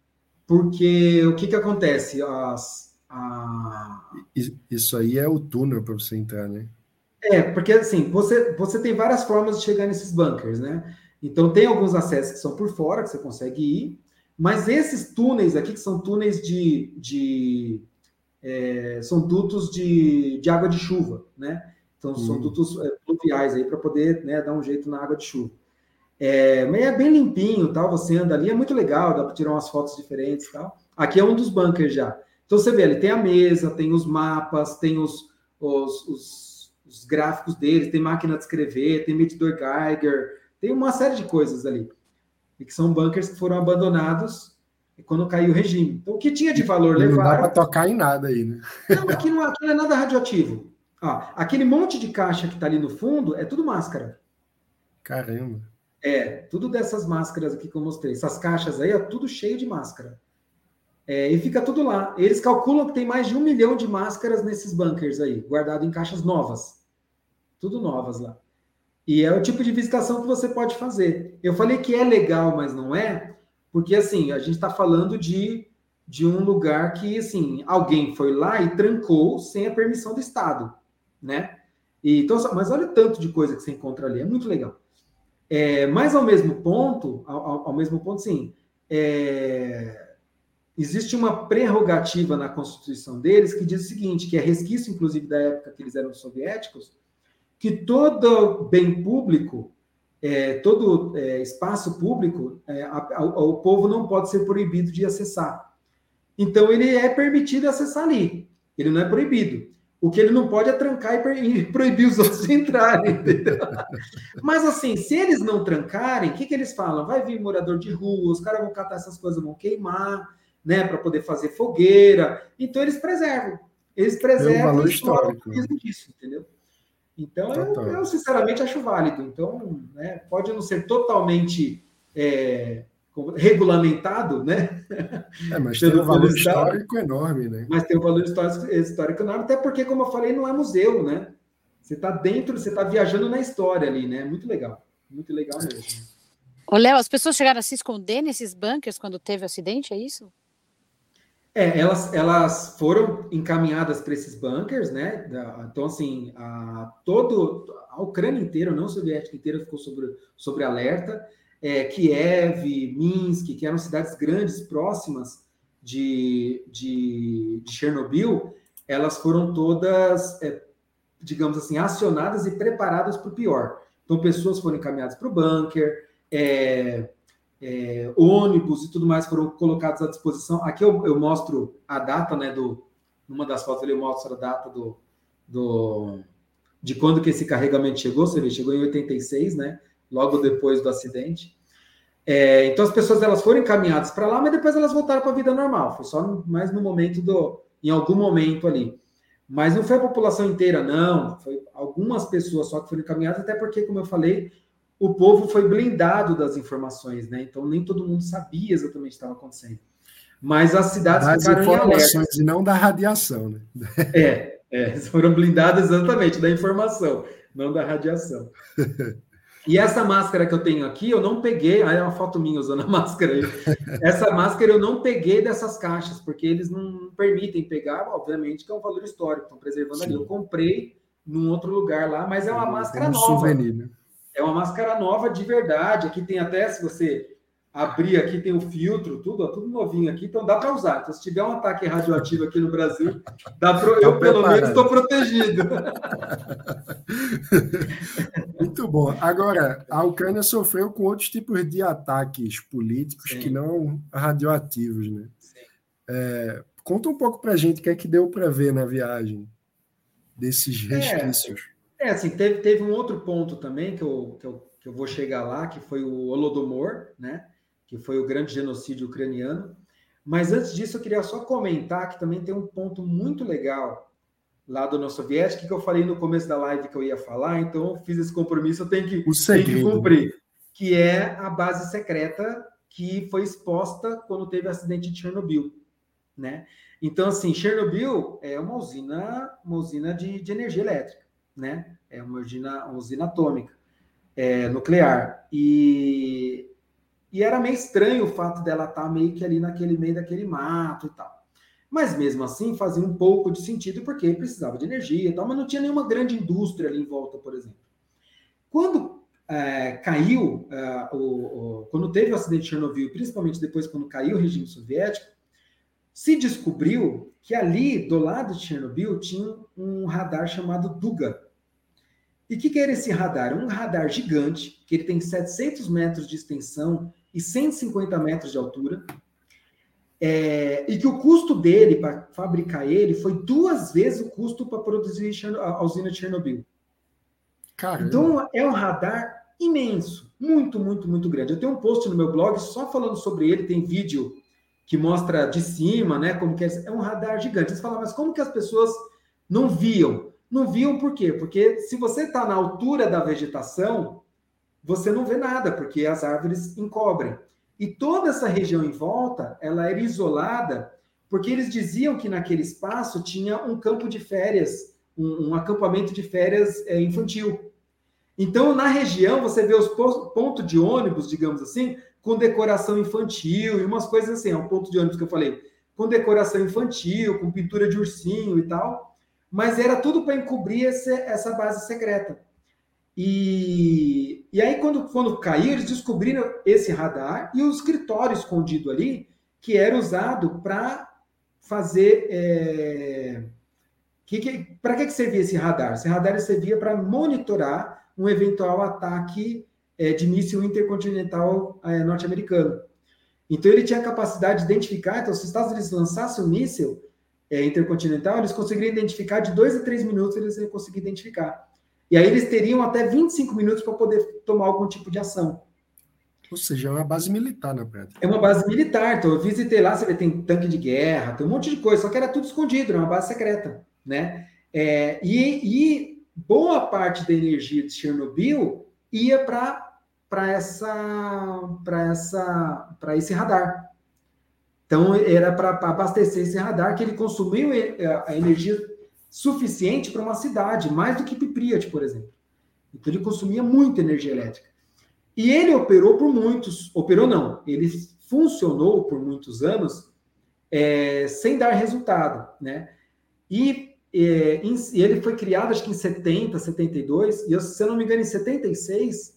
porque o que, que acontece? As, a... Isso aí é o túnel para você entrar, né? É, porque assim, você, você tem várias formas de chegar nesses bunkers, né? Então tem alguns acessos que são por fora, que você consegue ir, mas esses túneis aqui, que são túneis de. de é, são dutos de, de água de chuva, né? Então são hum. dutos é, pluviais aí para poder, né, dar um jeito na água de chuva. É, mas é bem limpinho, tal. Você anda ali, é muito legal, dá para tirar umas fotos diferentes, tal. Aqui é um dos bunkers já. Então você vê, ali tem a mesa, tem os mapas, tem os, os, os, os gráficos deles, tem máquina de escrever, tem medidor Geiger, tem uma série de coisas ali. E que são bunkers que foram abandonados quando caiu o regime. Então o que tinha de valor levaram... Não dá para levaram... tocar em nada aí, né? Não, aqui não, aqui não é nada radioativo. Ah, aquele monte de caixa que está ali no fundo é tudo máscara. Caramba. É, tudo dessas máscaras aqui que eu mostrei. Essas caixas aí, é tudo cheio de máscara. É, e fica tudo lá. Eles calculam que tem mais de um milhão de máscaras nesses bunkers aí, guardado em caixas novas. Tudo novas lá. E é o tipo de visitação que você pode fazer. Eu falei que é legal, mas não é, porque assim, a gente está falando de, de um lugar que, assim, alguém foi lá e trancou sem a permissão do Estado, né? E, então, mas olha o tanto de coisa que você encontra ali, é muito legal. É, mas ao mesmo ponto, ao, ao mesmo ponto, sim, é, existe uma prerrogativa na Constituição deles que diz o seguinte, que é resquício, inclusive, da época que eles eram soviéticos, que todo bem público, é, todo é, espaço público, é, a, a, o povo não pode ser proibido de acessar. Então, ele é permitido acessar ali, ele não é proibido. O que ele não pode é trancar e proibir os outros de entrarem, entendeu? Mas, assim, se eles não trancarem, o que, que eles falam? Vai vir morador de rua, os caras vão catar essas coisas, vão queimar, né, para poder fazer fogueira. Então, eles preservam. Eles preservam o valor histórico disso, entendeu? Então, eu, eu, sinceramente, acho válido. Então, né, pode não ser totalmente é, regulamentado, né? É, mas tem um valor histórico enorme, né? Mas tem um valor histórico, histórico enorme, até porque, como eu falei, não é museu, né? Você está dentro, você está viajando na história ali, né? Muito legal. Muito legal mesmo. Ô, Léo, as pessoas chegaram a se esconder nesses bunkers quando teve o acidente, é isso? É, elas, elas foram encaminhadas para esses bunkers, né? Então, assim, a, todo, a Ucrânia inteira, a União Soviética inteira ficou sobre, sobre alerta. É, Kiev, Minsk, que eram cidades grandes, próximas de, de, de Chernobyl, elas foram todas, é, digamos assim, acionadas e preparadas para o pior. Então, pessoas foram encaminhadas para o bunker, é, É, ônibus e tudo mais foram colocados à disposição. Aqui eu, eu mostro a data, né, do, numa das fotos ali eu mostro a data do, do, de quando que esse carregamento chegou, você vê, chegou em oitenta e seis, né, logo depois do acidente. É, então as pessoas elas foram encaminhadas para lá, mas depois elas voltaram para a vida normal, foi só mais no momento do, em algum momento ali. Mas não foi a população inteira, não, foi algumas pessoas só que foram encaminhadas, até porque, como eu falei, o povo foi blindado das informações, né? Então nem todo mundo sabia exatamente o que estava acontecendo. Mas as cidades das ficaram em alerta. E não da radiação, né? É, é, foram blindadas exatamente da informação, não da radiação. E essa máscara que eu tenho aqui, eu não peguei, aí é uma foto minha usando a máscara aí. Essa máscara eu não peguei dessas caixas, porque eles não permitem pegar, obviamente, que é um valor histórico, estão preservando Sim. ali. Eu comprei num outro lugar lá, mas é uma máscara um nova. Souvenir, né? É uma máscara nova de verdade. Aqui tem até, se você abrir aqui, tem o filtro, tudo, ó, tudo novinho aqui, então dá para usar. Então, se tiver um ataque radioativo aqui no Brasil, dá pro, eu pelo menos estou protegido. Muito bom. Agora, a Ucrânia sofreu com outros tipos de ataques políticos Sim. que não radioativos, né? É, Conta um pouco para a gente o que é que deu para ver na viagem desses resquícios. É, é assim, teve, teve um outro ponto também que eu, que, eu, que eu vou chegar lá, que foi o Holodomor, né? Que foi o grande genocídio ucraniano. Mas antes disso, eu queria só comentar que também tem um ponto muito legal lá da União Soviética, que eu falei no começo da live que eu ia falar, então eu fiz esse compromisso, eu tenho que, tenho que cumprir, que é a base secreta que foi exposta quando teve o acidente de Chernobyl, né? Então, assim, Chernobyl é uma usina, uma usina de, de energia elétrica, né? É uma usina, uma usina atômica, é, nuclear, e, e era meio estranho o fato dela estar meio que ali naquele meio daquele mato e tal. Mas mesmo assim fazia um pouco de sentido porque precisava de energia e tal, mas não tinha nenhuma grande indústria ali em volta, por exemplo. Quando é, caiu, é, o, o, quando teve o acidente de Chernobyl, principalmente depois quando caiu o regime soviético, se descobriu que ali, do lado de Chernobyl, tinha um radar chamado Duga. E o que, que era esse radar? Um radar gigante, que ele tem setecentos metros de extensão e cento e cinquenta metros de altura, É, e que o custo dele, para fabricar ele, foi duas vezes o custo para produzir a usina de Chernobyl. Caramba. Então, é um radar imenso, muito, muito, muito grande. Eu tenho um post no meu blog só falando sobre ele, tem vídeo que mostra de cima, né, como que é, é um radar gigante. Você fala, mas como que as pessoas não viam? Não viam por quê? Porque se você está na altura da vegetação, você não vê nada, porque as árvores encobrem. E toda essa região em volta, ela era isolada, porque eles diziam que naquele espaço tinha um campo de férias, um, um acampamento de férias é, infantil. Então, na região, você vê os pontos de ônibus, digamos assim, com decoração infantil e umas coisas assim, é um ponto de ônibus que eu falei, com decoração infantil, com pintura de ursinho e tal, mas era tudo para encobrir esse, essa base secreta. E, e aí, quando, quando caiu, eles descobriram esse radar e o escritório escondido ali, que era usado para fazer... É, que, que, para que, que servia esse radar? Esse radar servia para monitorar um eventual ataque é, de míssil intercontinental é, norte-americano. Então, ele tinha a capacidade de identificar... Então, se os Estados Unidos lançassem um míssil é, intercontinental, eles conseguiriam identificar de dois a três minutos, eles iam conseguir identificar. E aí eles teriam até vinte e cinco minutos para poder tomar algum tipo de ação. Ou seja, é uma base militar na prática. É uma base militar. Então eu visitei lá, você vê, tem tanque de guerra, tem um monte de coisa, só que era tudo escondido, era uma base secreta, né? É, e, e boa parte da energia de Chernobyl ia para essa, para essa, para esse radar. Então era para abastecer esse radar que ele consumiu a energia suficiente para uma cidade, mais do que Pripyat, por exemplo. Então, ele consumia muita energia elétrica. E ele operou por muitos... Operou não, ele funcionou por muitos anos é, sem dar resultado, né? E, é, em, ele foi criado, acho que em setenta, setenta e dois, e se eu não me engano, em setenta e seis,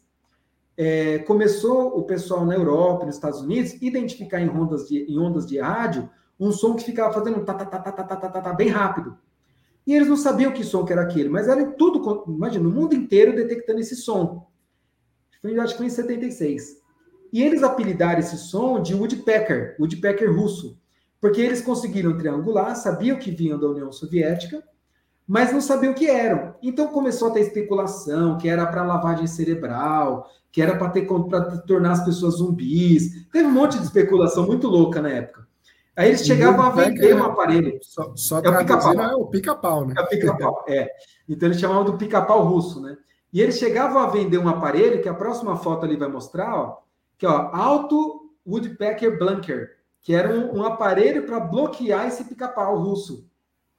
é, começou o pessoal na Europa, nos Estados Unidos, identificar em ondas de, em ondas de rádio um som que ficava fazendo tá, tá, tá, tá, tá, tá, tá, tá, bem rápido. E eles não sabiam que som que era aquele, mas era tudo, imagina, no mundo inteiro detectando esse som. Foi, acho que foi em setenta e seis. E eles apelidaram esse som de Woodpecker, Woodpecker russo, porque eles conseguiram triangular, sabiam que vinham da União Soviética, mas não sabiam o que eram. Então começou a ter especulação, que era para lavagem cerebral, que era para tornar as pessoas zumbis. Teve um monte de especulação muito louca na época. Aí eles chegavam a vender um aparelho. Só, só é o pica-pau. É o pica-pau, né? É o pica-pau, é. Então eles chamavam do pica-pau russo, né? E eles chegavam a vender um aparelho, que a próxima foto ali vai mostrar, ó, que é ó, Auto Woodpecker Blanker, que era um, um aparelho para bloquear esse pica-pau russo.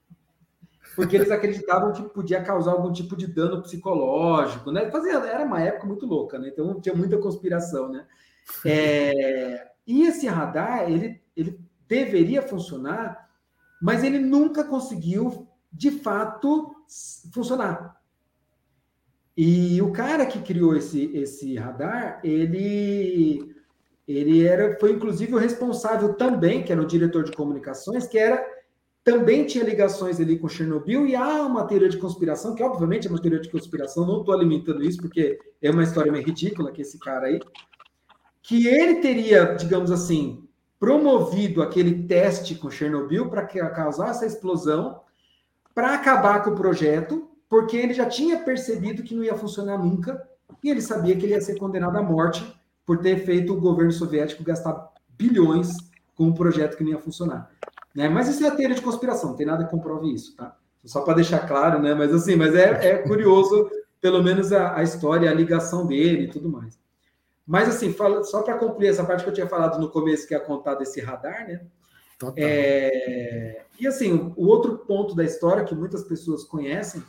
Porque eles acreditavam que podia causar algum tipo de dano psicológico, né? Fazia, era uma época muito louca, né? Então tinha muita conspiração, né? É, e esse radar, ele, ele deveria funcionar, mas ele nunca conseguiu, de fato, funcionar. E o cara que criou esse, esse radar, ele, ele era, foi inclusive o responsável também, que era o diretor de comunicações, que era, também tinha ligações ali com Chernobyl, e há uma teoria de conspiração, que obviamente é uma teoria de conspiração, não estou alimentando isso, porque é uma história meio ridícula que esse cara aí, que ele teria, digamos assim, promovido aquele teste com Chernobyl para causar essa explosão, para acabar com o projeto, porque ele já tinha percebido que não ia funcionar nunca, e ele sabia que ele ia ser condenado à morte por ter feito o governo soviético gastar bilhões com um projeto que não ia funcionar. Né? Mas isso é a teoria de conspiração, não tem nada que comprove isso, tá? Só para deixar claro, né? Mas assim, mas é, é curioso, pelo menos a, a história, a ligação dele e tudo mais. Mas assim, fala, só para concluir essa parte que eu tinha falado no começo, que é contar desse radar, né? É, e assim, o outro ponto da história que muitas pessoas conhecem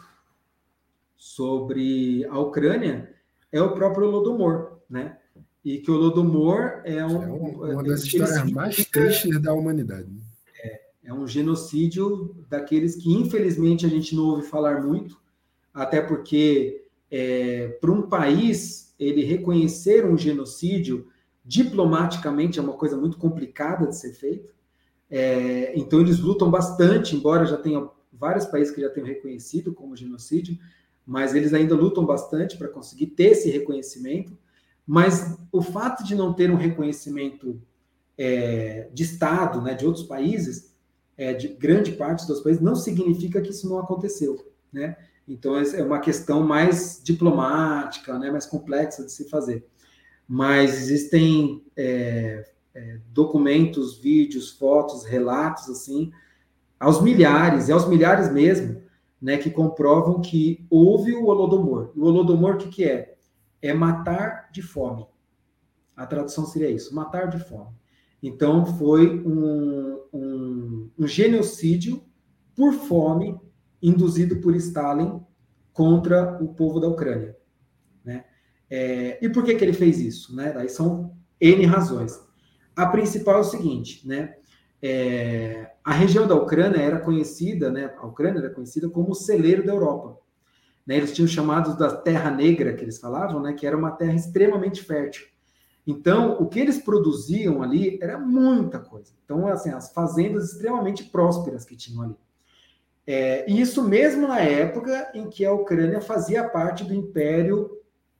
sobre a Ucrânia é o próprio Holodomor, né? E que o Holodomor é, um, é uma das histórias mais tristes da humanidade. É, é um genocídio daqueles que, infelizmente, a gente não ouve falar muito, até porque, é, para um país, ele reconhecer um genocídio diplomaticamente é uma coisa muito complicada de ser feita. É, então, eles lutam bastante, embora já tenha vários países que já tenham reconhecido como genocídio, mas eles ainda lutam bastante para conseguir ter esse reconhecimento. Mas o fato de não ter um reconhecimento é, de Estado, né, de outros países, é, de grande parte dos países, não significa que isso não aconteceu, né? Então, é uma questão mais diplomática, né, mais complexa de se fazer. Mas existem é, é, documentos, vídeos, fotos, relatos, assim, aos milhares, e aos milhares mesmo, né, que comprovam que houve o Holodomor. E o Holodomor, o que, que é? É matar de fome. A tradução seria isso, matar de fome. Então, foi um, um, um genocídio por fome induzido por Stalin contra o povo da Ucrânia. Né? É, e por que, que ele fez isso? Né? Daí são N razões. A principal é o seguinte, né? É, a região da Ucrânia era conhecida, né? A Ucrânia era conhecida como o celeiro da Europa. Né? Eles tinham chamados da Terra Negra, que eles falavam, né? Que era uma terra extremamente fértil. Então, o que eles produziam ali era muita coisa. Então, assim, as fazendas extremamente prósperas que tinham ali. É, e isso mesmo na época em que a Ucrânia fazia parte do Império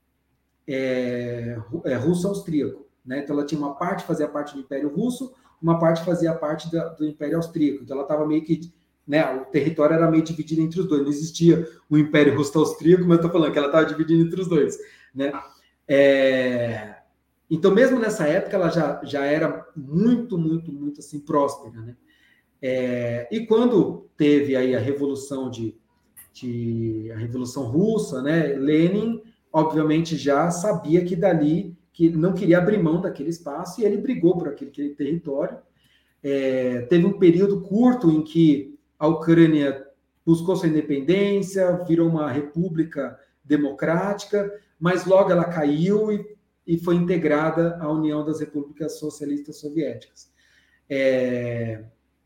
é, é, Russo-Austríaco. Né? Então, ela tinha uma parte que fazia parte do Império Russo, uma parte fazia parte da, do Império Austríaco. Então, ela estava meio que... Né, o território era meio dividido entre os dois. Não existia o Império Russo-Austríaco, mas eu estou falando que ela estava dividida entre os dois. Né? É... Então, mesmo nessa época, ela já, já era muito, muito, muito assim, próspera. Né? É... E quando teve aí a Revolução de, de a Revolução Russa, né, Lenin, obviamente, já sabia que dali, que não queria abrir mão daquele espaço, e ele brigou por aquele, aquele território. É... Teve um período curto em que a Ucrânia buscou sua independência, virou uma república democrática, mas logo ela caiu e, e foi integrada à União das Repúblicas Socialistas Soviéticas. É...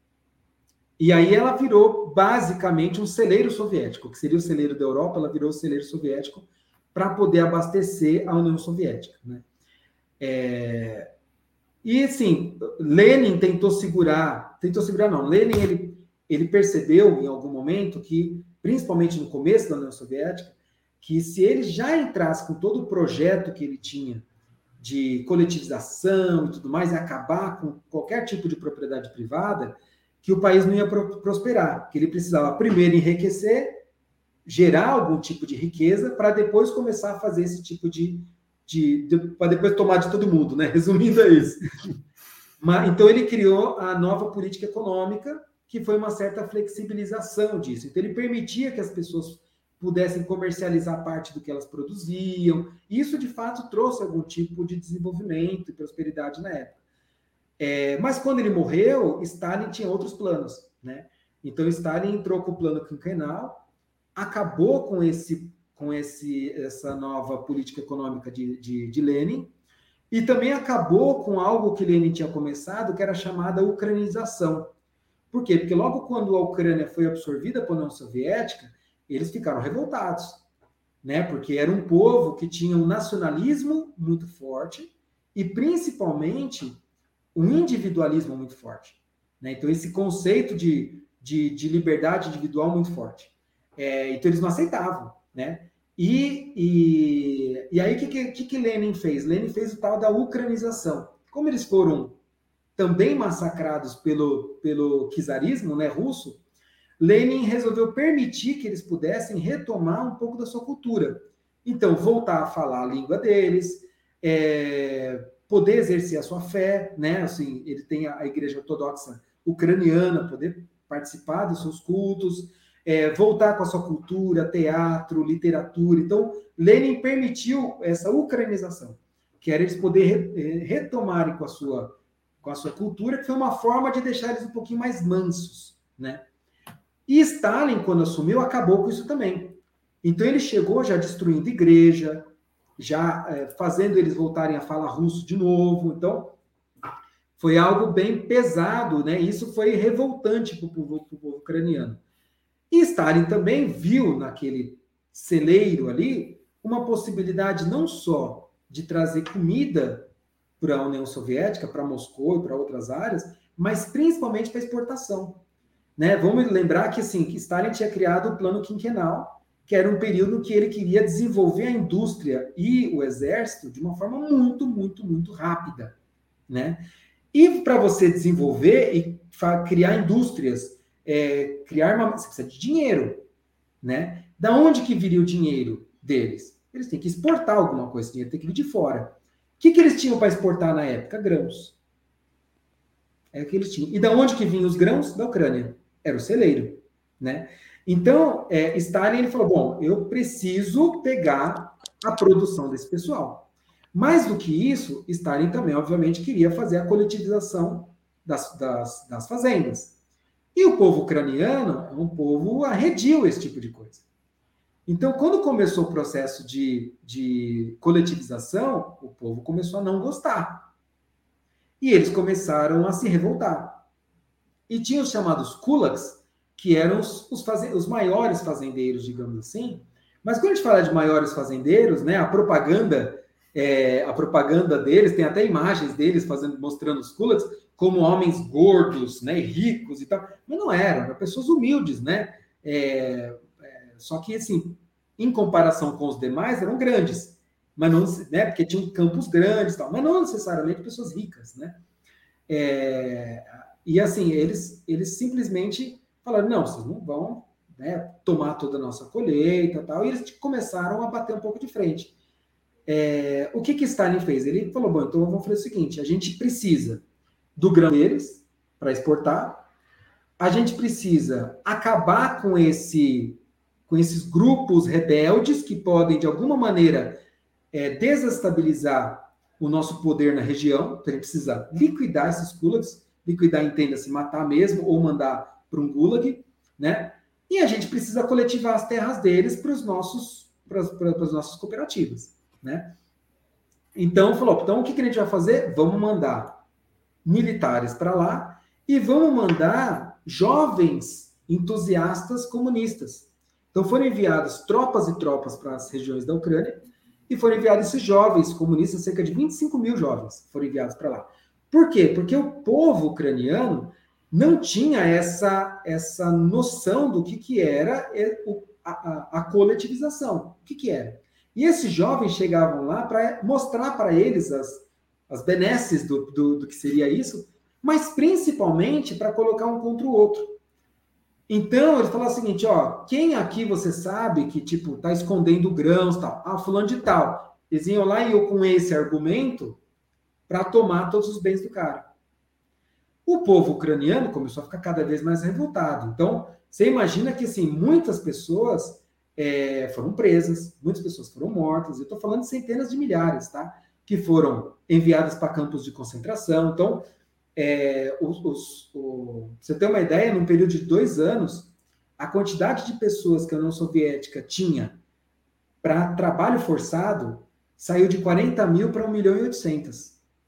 E aí ela virou basicamente um celeiro soviético, que seria o celeiro da Europa, ela virou o celeiro soviético para poder abastecer a União Soviética. Né? É... E assim, Lenin tentou segurar, tentou segurar não, Lenin ele ele percebeu em algum momento que, principalmente no começo da União Soviética, que se ele já entrasse com todo o projeto que ele tinha de coletivização e tudo mais, e acabar com qualquer tipo de propriedade privada, que o país não ia prosperar, que ele precisava primeiro enriquecer, gerar algum tipo de riqueza, para depois começar a fazer esse tipo de... de, de para depois tomar de todo mundo, né? Resumindo é isso. Mas, então ele criou a nova política econômica, que foi uma certa flexibilização disso. Então, ele permitia que as pessoas pudessem comercializar parte do que elas produziam. Isso, de fato, trouxe algum tipo de desenvolvimento e prosperidade na época. É, mas, quando ele morreu, Stalin tinha outros planos. Né? Então, Stalin entrou com o plano quinquenal, acabou com, esse, com esse, essa nova política econômica de, de, de Lenin, e também acabou com algo que Lenin tinha começado, que era chamada ucranização. Por quê? Porque logo quando a Ucrânia foi absorvida pela União Soviética, eles ficaram revoltados, né? Porque era um povo que tinha um nacionalismo muito forte e, principalmente, um individualismo muito forte. Né? Então, esse conceito de, de, de liberdade individual muito forte. É, então, eles não aceitavam, né? E, e, e aí, o que, que, que Lenin fez? Lenin fez o tal da ucranização. Como eles foram também massacrados pelo, pelo czarismo, né, russo, Lenin resolveu permitir que eles pudessem retomar um pouco da sua cultura. Então, voltar a falar a língua deles, é, poder exercer a sua fé, né? Assim, ele tem a, a igreja ortodoxa ucraniana, poder participar dos seus cultos, é, voltar com a sua cultura, teatro, literatura. Então, Lenin permitiu essa ucranização, que era eles poderem re, retomarem com a, sua, com a sua cultura, que foi uma forma de deixar eles um pouquinho mais mansos, né? E Stalin, quando assumiu, acabou com isso também. Então, ele chegou já destruindo igreja, já é, fazendo eles voltarem a falar russo de novo. Então, foi algo bem pesado, né? Isso foi revoltante para o povo, povo ucraniano. E Stalin também viu naquele celeiro ali uma possibilidade não só de trazer comida para a União Soviética, para Moscou e para outras áreas, mas principalmente para exportação. Né? Vamos lembrar que, assim, que Stalin tinha criado o Plano Quinquenal, que era um período que ele queria desenvolver a indústria e o exército de uma forma muito, muito, muito rápida. Né? E para você desenvolver e criar indústrias, é, criar uma, você precisa de dinheiro. Né? Da onde que viria o dinheiro deles? Eles têm que exportar alguma coisa, esse dinheiro tem que vir de fora. O que, que eles tinham para exportar na época? Grãos. É o que eles tinham. E da onde que vinham os grãos? Da Ucrânia. Era o celeiro, né? Então, é, Stalin ele falou, bom, eu preciso pegar a produção desse pessoal. Mais do que isso, Stalin também, obviamente, queria fazer a coletivização das, das, das fazendas. E o povo ucraniano é um povo arredio a esse tipo de coisa. Então, quando começou o processo de, de coletivização, o povo começou a não gostar. E eles começaram a se revoltar. E tinha os chamados kulaks, que eram os, os, faze- os maiores fazendeiros, digamos assim. Mas quando a gente fala de maiores fazendeiros, né, a propaganda, é, a propaganda deles, tem até imagens deles fazendo, mostrando os kulaks como homens gordos, né, ricos e tal. Mas não eram, eram pessoas humildes, né? É, é, só que, assim, em comparação com os demais, eram grandes. Mas não, né, porque tinham campos grandes e tal, mas não necessariamente pessoas ricas, né? É... E assim, eles, eles simplesmente falaram, não, vocês não vão, né, tomar toda a nossa colheita e tal, e eles começaram a bater um pouco de frente. É, o que que Stalin fez? Ele falou, bom, então vamos fazer o seguinte, a gente precisa do grão deles para exportar, a gente precisa acabar com, esse, com esses grupos rebeldes que podem, de alguma maneira, é, desestabilizar o nosso poder na região, então a gente precisa liquidar esses kulaks, liquidar, entenda-se, matar mesmo, ou mandar para um gulag, né? E a gente precisa coletivar as terras deles para os nossos, para as, para as nossas cooperativas, né? Então, falou, então o que, que a gente vai fazer? Vamos mandar militares para lá e vamos mandar jovens entusiastas comunistas. Então, foram enviadas tropas e tropas para as regiões da Ucrânia e foram enviados esses jovens comunistas, cerca de vinte e cinco mil jovens foram enviados para lá. Por quê? Porque o povo ucraniano não tinha essa, essa noção do que, que era a, a, a coletivização. O que, que era? E esses jovens chegavam lá para mostrar para eles as, as benesses do, do, do que seria isso, mas principalmente para colocar um contra o outro. Então, ele falou o seguinte, ó, quem aqui você sabe que, tipo, tá escondendo grãos e tal? Ah, fulano de tal. Eles iam lá e eu com esse argumento para tomar todos os bens do cara. O povo ucraniano começou a ficar cada vez mais revoltado. Então, você imagina que, assim, muitas pessoas é, foram presas, muitas pessoas foram mortas, eu estou falando de centenas de milhares, tá? Que foram enviadas para campos de concentração. Então, é, os, os, o, você tem uma ideia, num período de dois anos, a quantidade de pessoas que a União Soviética tinha para trabalho forçado saiu de quarenta mil para um milhão e oitocentos.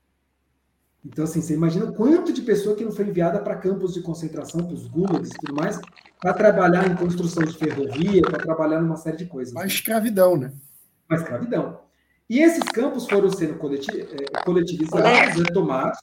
Então, assim, você imagina o quanto de pessoa que não foi enviada para campos de concentração, para os gulags e tudo mais, para trabalhar em construção de ferrovia, para trabalhar numa série de coisas. Uma escravidão, né? Uma escravidão. E esses campos foram sendo coletivizados, retomados,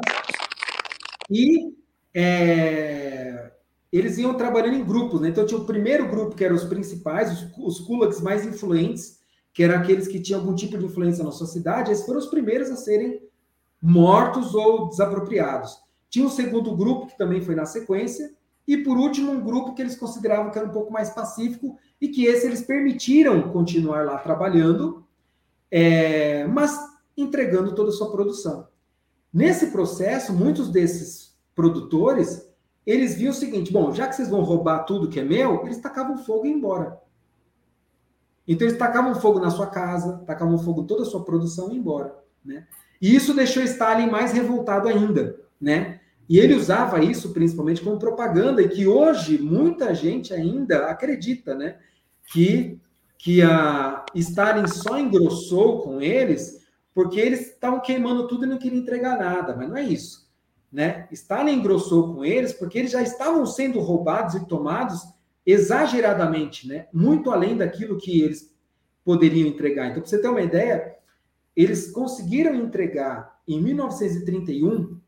e é, eles iam trabalhando em grupos, né? Então, tinha o primeiro grupo, que eram os principais, os, os gulags mais influentes, que eram aqueles que tinham algum tipo de influência na sua cidade, esses foram os primeiros a serem mortos ou desapropriados. Tinha um segundo grupo, que também foi na sequência, e, por último, um grupo que eles consideravam que era um pouco mais pacífico, e que esse eles permitiram continuar lá trabalhando, é, mas entregando toda a sua produção. Nesse processo, muitos desses produtores, eles viam o seguinte, bom, já que vocês vão roubar tudo que é meu, eles tacavam fogo e iam embora. Então, eles tacavam fogo na sua casa, tacavam fogo em toda a sua produção e iam embora, né? E isso deixou Stalin mais revoltado ainda, né? E ele usava isso principalmente como propaganda, e que hoje muita gente ainda acredita, né? Que, que a Stalin só engrossou com eles porque eles estavam queimando tudo e não queriam entregar nada, mas não é isso, né? Stalin engrossou com eles porque eles já estavam sendo roubados e tomados exageradamente, né? Muito além daquilo que eles poderiam entregar. Então, para você ter uma ideia, eles conseguiram entregar em mil novecentos e trinta e um,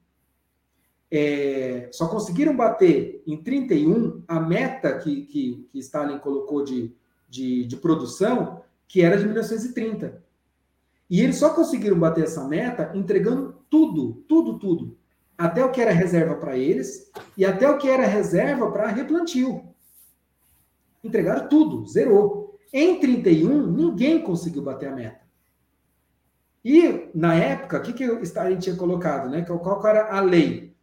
é, só conseguiram bater em trinta e um a meta que, que, que Stalin colocou de, de, de produção, que era de mil novecentos e trinta. E eles só conseguiram bater essa meta entregando tudo, tudo, tudo. Até o que era reserva para eles e até o que era reserva para replantio. Entregaram tudo, zerou. Em trinta e um, ninguém conseguiu bater a meta. E, na época, o que, que o Stalin tinha colocado, né? Qual era a lei?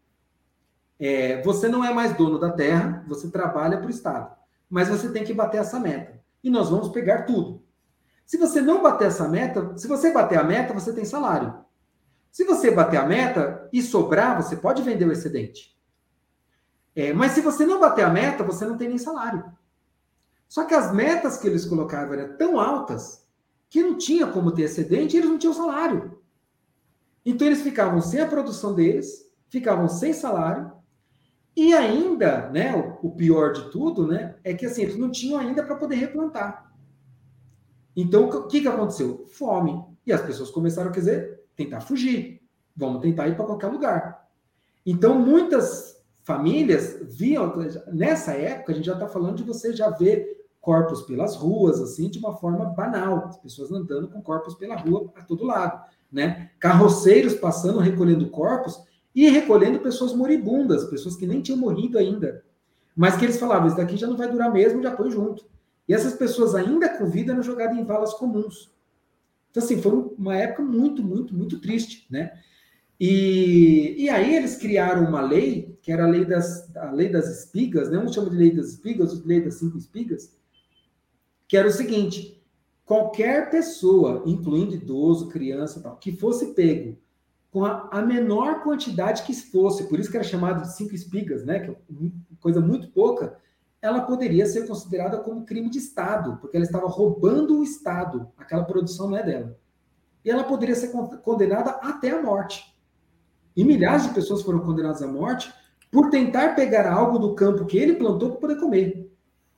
É, você não é mais dono da terra, você trabalha para o Estado. Mas você tem que bater essa meta. E nós vamos pegar tudo. Se você não bater essa meta, se você bater a meta, você tem salário. Se você bater a meta e sobrar, você pode vender o excedente. É, mas se você não bater a meta, você não tem nem salário. Só que as metas que eles colocavam eram tão altas que não tinha como ter excedente e eles não tinham salário. Então eles ficavam sem a produção deles, ficavam sem salário, e ainda, né, o, o pior de tudo, né, é que assim, eles não tinham ainda para poder replantar. Então o que, que aconteceu? Fome. E as pessoas começaram a quer dizer, tentar fugir. Vamos tentar ir para qualquer lugar. Então muitas famílias viam, nessa época a gente já está falando de você já ver corpos pelas ruas, assim, de uma forma banal. As pessoas andando com corpos pela rua a todo lado, né? Carroceiros passando, recolhendo corpos e recolhendo pessoas moribundas, pessoas que nem tinham morrido ainda. Mas que eles falavam, isso daqui já não vai durar mesmo, já põe junto. E essas pessoas ainda com vida eram jogadas em valas comuns. Então, assim, foi uma época muito, muito, muito triste, né? E, e aí eles criaram uma lei, que era a lei das, a lei das espigas, né? Um chama de lei das espigas, outro de lei das cinco espigas, que era o seguinte, qualquer pessoa, incluindo idoso, criança, tal, que fosse pego com a, a menor quantidade que fosse, por isso que era chamado de cinco espigas, né? Que é coisa muito pouca, ela poderia ser considerada como crime de Estado, porque ela estava roubando o Estado, aquela produção não é dela. E ela poderia ser condenada até a morte. E milhares de pessoas foram condenadas à morte por tentar pegar algo do campo que ele plantou para poder comer.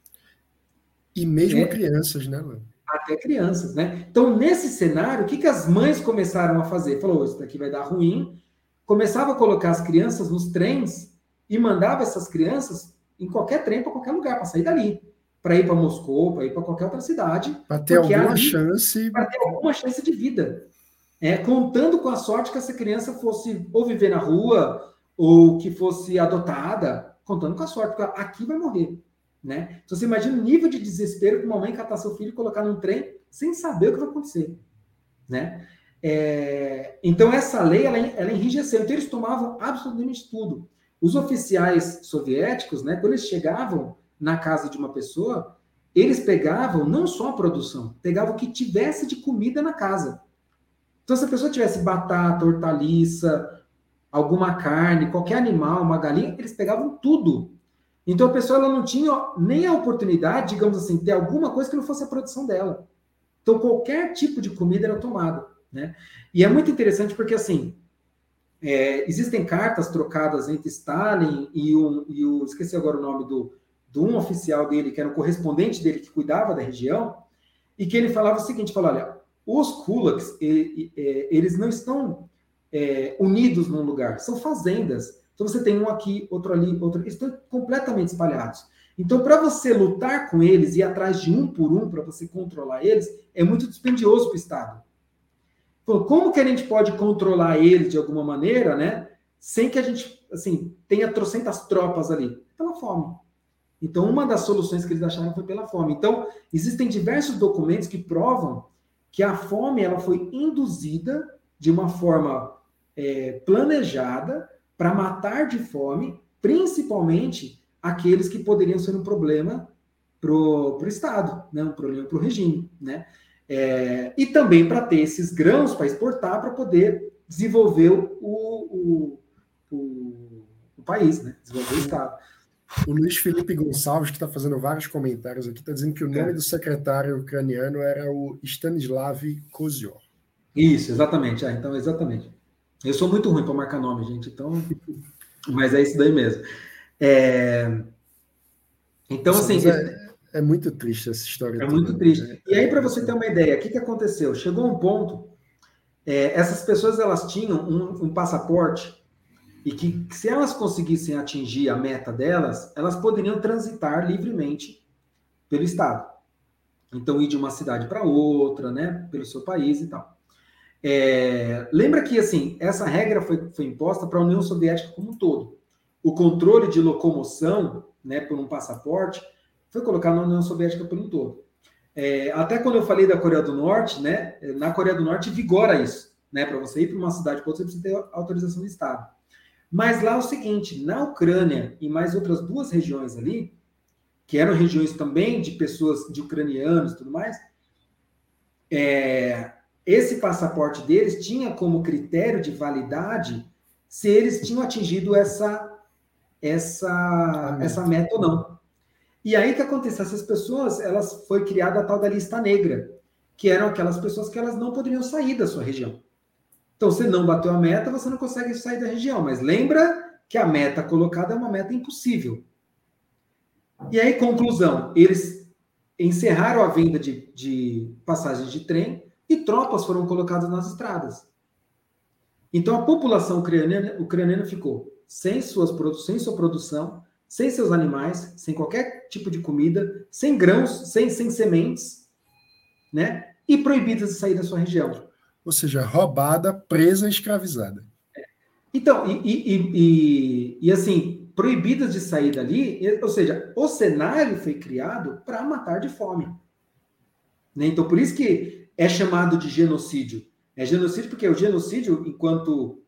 E mesmo é, crianças, né, Léo? Até crianças, né? Então, nesse cenário, o que, que as mães começaram a fazer? Falou, isso daqui vai dar ruim. Começava a colocar as crianças nos trens e mandava essas crianças em qualquer trem para qualquer lugar, para sair dali. Para ir para Moscou, para ir para qualquer outra cidade. Para ter alguma ali, chance. Para ter alguma chance de vida. É, contando com a sorte que essa criança fosse ou viver na rua, ou que fosse adotada, contando com a sorte, porque aqui vai morrer. Né? Então você imagina o nível de desespero que uma mãe catar seu filho e colocar num trem sem saber o que vai acontecer. Né? É, então essa lei, ela, ela enrijeceu. Então eles tomavam absolutamente tudo. Os oficiais soviéticos, né, quando eles chegavam na casa de uma pessoa, eles pegavam não só a produção, pegavam o que tivesse de comida na casa. Então se a pessoa tivesse batata, hortaliça, alguma carne, qualquer animal, uma galinha, eles pegavam tudo. Então a pessoa ela não tinha nem a oportunidade, digamos assim, de ter alguma coisa que não fosse a produção dela. Então qualquer tipo de comida era tomada, né? E é muito interessante porque assim é, existem cartas trocadas entre Stalin e o, e o esqueci agora o nome do, do um oficial dele que era o correspondente dele que cuidava da região e que ele falava o seguinte, falou, olha, os kulaks eles não estão é, unidos num lugar, são fazendas. Então você tem um aqui, outro ali, outro aqui, estão completamente espalhados. Então, para você lutar com eles e ir atrás de um por um, para você controlar eles, é muito dispendioso para o Estado. como que a gente pode controlar ele de alguma maneira, né? Sem que a gente, assim, tenha trocentas tropas ali? Pela fome. Então, uma das soluções que eles acharam foi pela fome. Então, existem diversos documentos que provam que a fome ela foi induzida de uma forma é, planejada para matar de fome, principalmente aqueles que poderiam ser um problema para o Estado, né? Um problema para o regime, né? É, e também para ter esses grãos para exportar, para poder desenvolver o, o, o, o país, né? Desenvolver o Estado. O Luiz Felipe Gonçalves, que está fazendo vários comentários aqui, está dizendo que o nome é. do secretário ucraniano era o Stanislav Kozyol. Isso, exatamente. Ah, então, exatamente. Eu sou muito ruim para marcar nome, gente, então... Mas é isso daí mesmo. É... Então, Nossa, assim... É, é muito triste essa história. É toda, muito triste. Né? E aí, para você ter uma ideia, o que, que aconteceu? Chegou um ponto, é, essas pessoas, elas tinham um, um passaporte e que, se elas conseguissem atingir a meta delas, elas poderiam transitar livremente pelo Estado. Então, ir de uma cidade para outra, né, pelo seu país e tal. É, lembra que, assim, essa regra foi, foi imposta para a União Soviética como um todo. O controle de locomoção, né, por um passaporte, foi colocado na União Soviética por um todo. É, até quando eu falei da Coreia do Norte, né, na Coreia do Norte vigora isso, né, para você ir para uma cidade para outra, você precisa ter autorização do Estado. Mas lá é o seguinte, na Ucrânia e mais outras duas regiões ali, que eram regiões também de pessoas, de ucranianos e tudo mais, é, esse passaporte deles tinha como critério de validade se eles tinham atingido essa, essa, essa meta ou não. E aí o que aconteceu? Essas pessoas, elas foi criada a tal da lista negra, que eram aquelas pessoas que elas não poderiam sair da sua região. Então, você não bateu a meta, você não consegue sair da região. Mas lembra que a meta colocada é uma meta impossível. E aí, conclusão, eles encerraram a venda de, de passagens de trem e tropas foram colocadas nas estradas. Então, a população ucraniana, ucraniana ficou sem, suas, sem sua produção, sem seus animais, sem qualquer tipo de comida, sem grãos, sem, sem sementes, né? E proibidas de sair da sua região. Ou seja, roubada, presa e escravizada. Então, e, e, e, e assim, proibidas de sair dali, ou seja, o cenário foi criado para matar de fome. Né? Então, por isso que é chamado de genocídio. É genocídio porque o genocídio, enquanto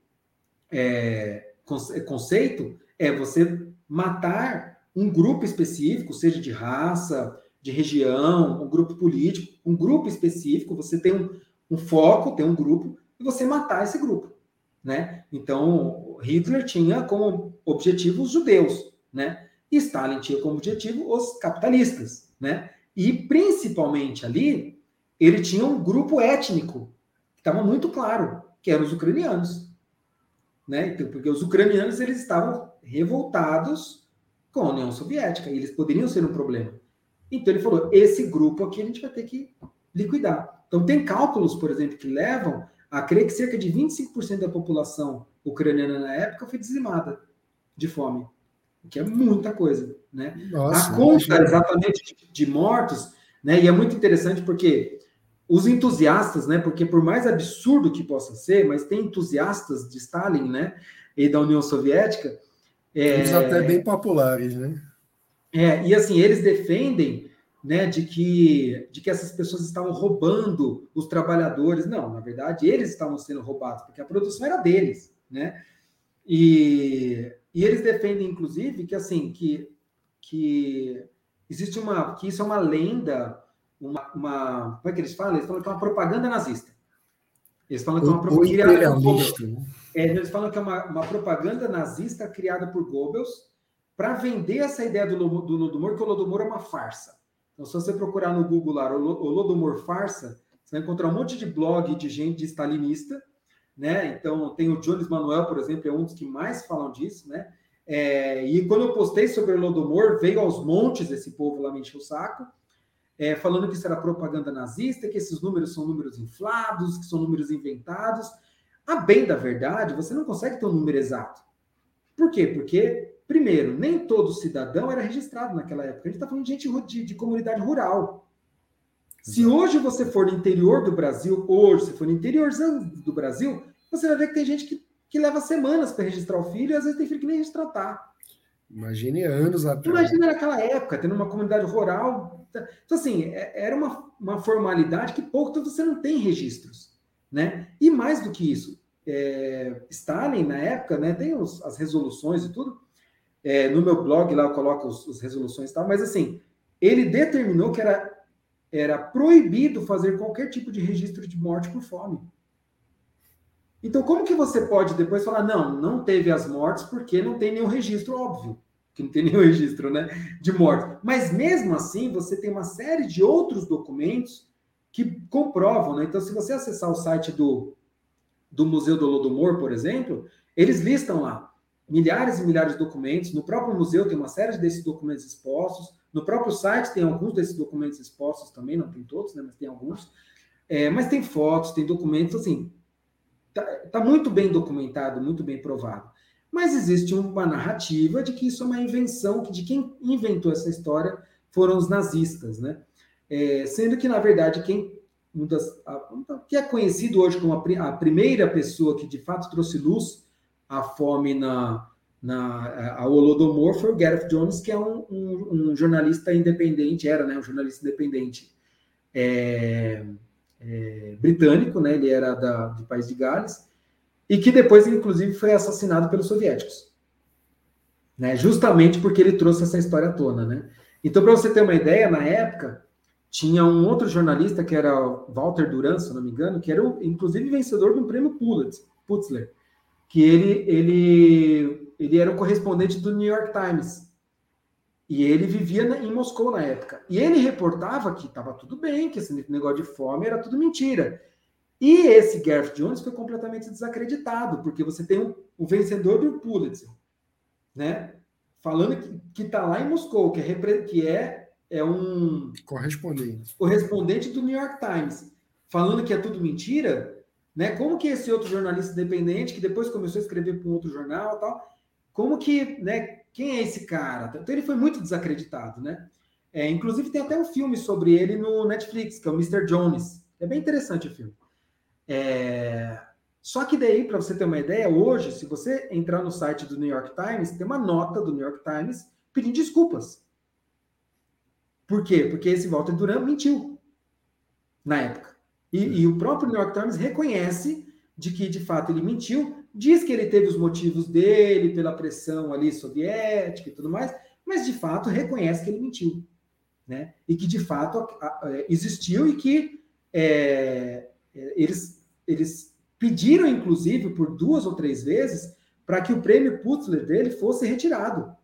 é, conceito, é você matar um grupo específico, seja de raça, de região, um grupo político, um grupo específico, você tem um, um foco, tem um grupo, e você matar esse grupo. Né? Então, Hitler tinha como objetivo os judeus, né? E Stalin tinha como objetivo os capitalistas, né? E, principalmente ali, ele tinha um grupo étnico, que estava muito claro, que eram os ucranianos. Né? Então, porque os ucranianos eles estavam revoltados com a União Soviética, e eles poderiam ser um problema. Então, ele falou, esse grupo aqui a gente vai ter que liquidar. Então, tem cálculos, por exemplo, que levam a crer que cerca de vinte e cinco por cento da população ucraniana na época foi dizimada de fome, o que é muita coisa, né? Nossa, a conta exatamente de mortos, né? E é muito interessante porque os entusiastas, né? Porque por mais absurdo que possa ser, mas tem entusiastas de Stalin, né? E da União Soviética. Eles é... até bem populares, né? É, e assim, eles defendem, né, de que, de que essas pessoas estavam roubando os trabalhadores. Não, na verdade, eles estavam sendo roubados, porque a produção era deles, né? E, e eles defendem, inclusive, que assim, que, que existe uma, que isso é uma lenda, uma, uma, como é que eles falam? Eles falam que é uma propaganda nazista. Eles falam que é uma propaganda imperialista. É, eles falam que é uma, uma propaganda nazista criada por Goebbels para vender essa ideia do, do Holodomor, que o Holodomor é uma farsa. Então, se você procurar no Google lá, Holodomor farsa, você vai encontrar um monte de blog de gente de stalinista, né? Então, tem o Jones Manuel, por exemplo, é um dos que mais falam disso, né? É, e quando eu postei sobre o Holodomor, veio aos montes esse povo lá me encher o saco, é, falando que isso era propaganda nazista, que esses números são números inflados, que são números inventados. A bem da verdade, você não consegue ter um número exato. Por quê? Porque, primeiro, nem todo cidadão era registrado naquela época. A gente está falando de gente de, de comunidade rural. Se hoje você for no interior do Brasil, hoje, se for no interiorzão do Brasil, você vai ver que tem gente que, que leva semanas para registrar o filho, e às vezes tem filho que nem registrar tá. Imagine anos atrás. Imagina naquela época, tendo uma comunidade rural. Então, assim, era uma, uma formalidade que pouco, então você não tem registros, né? E mais do que isso, é, Stalin, na época, né, tem os, as resoluções e tudo, é, no meu blog lá eu coloco os, os resoluções e tal, mas assim, ele determinou que era, era proibido fazer qualquer tipo de registro de morte por fome. Então, como que você pode depois falar, não, não teve as mortes porque não tem nenhum registro, óbvio, que não tem nenhum registro, né, de morte. Mas mesmo assim, você tem uma série de outros documentos que comprovam, né? Então, se você acessar o site do, do Museu do Holodomor, por exemplo, eles listam lá milhares e milhares de documentos. No próprio museu tem uma série desses documentos expostos. No próprio site tem alguns desses documentos expostos também, não tem todos, né, mas tem alguns. É, mas tem fotos, tem documentos, assim, tá, tá muito bem documentado, muito bem provado. Mas existe uma narrativa de que isso é uma invenção, que de quem inventou essa história foram os nazistas, né? É, sendo que, na verdade, quem um das, a, que é conhecido hoje como a, a primeira pessoa que, de fato, trouxe luz à fome na, na, ao Holodomor foi o Gareth Jones, que é um, um, um jornalista independente, era, né, um jornalista independente é, é, britânico, né? Ele era da, do país de Gales, e que depois, inclusive, foi assassinado pelos soviéticos, né? Justamente porque ele trouxe essa história à tona, né? Então, para você ter uma ideia, na época, tinha um outro jornalista, que era Walter Duran, se não me engano, que era, o, inclusive, vencedor de um prêmio Pulitzer, que ele, ele, ele era o correspondente do New York Times, e ele vivia na, em Moscou na época. E ele reportava que estava tudo bem, que esse negócio de fome era tudo mentira. E esse Gareth Jones foi completamente desacreditado, porque você tem um, o vencedor do Pulitzer, né? Falando que está lá em Moscou, que é, que é, é um correspondente. correspondente do New York Times, falando que é tudo mentira, né? Como que esse outro jornalista independente, que depois começou a escrever para um outro jornal e tal, como que, né? Quem é esse cara? Então ele foi muito desacreditado, né? É, inclusive tem até um filme sobre ele no Netflix, que é o mister Jones. É bem interessante o filme. É... Só que daí, para você ter uma ideia, hoje, se você entrar no site do New York Times, tem uma nota do New York Times pedindo desculpas. Por quê? Porque esse Walter Duran mentiu na época. E, e o próprio New York Times reconhece de que, de fato, ele mentiu, diz que ele teve os motivos dele pela pressão ali soviética e tudo mais, mas, de fato, reconhece que ele mentiu, né? E que, de fato, existiu e que é, eles... eles pediram, inclusive, por duas ou três vezes, para que o prêmio Pulitzer dele fosse retirado.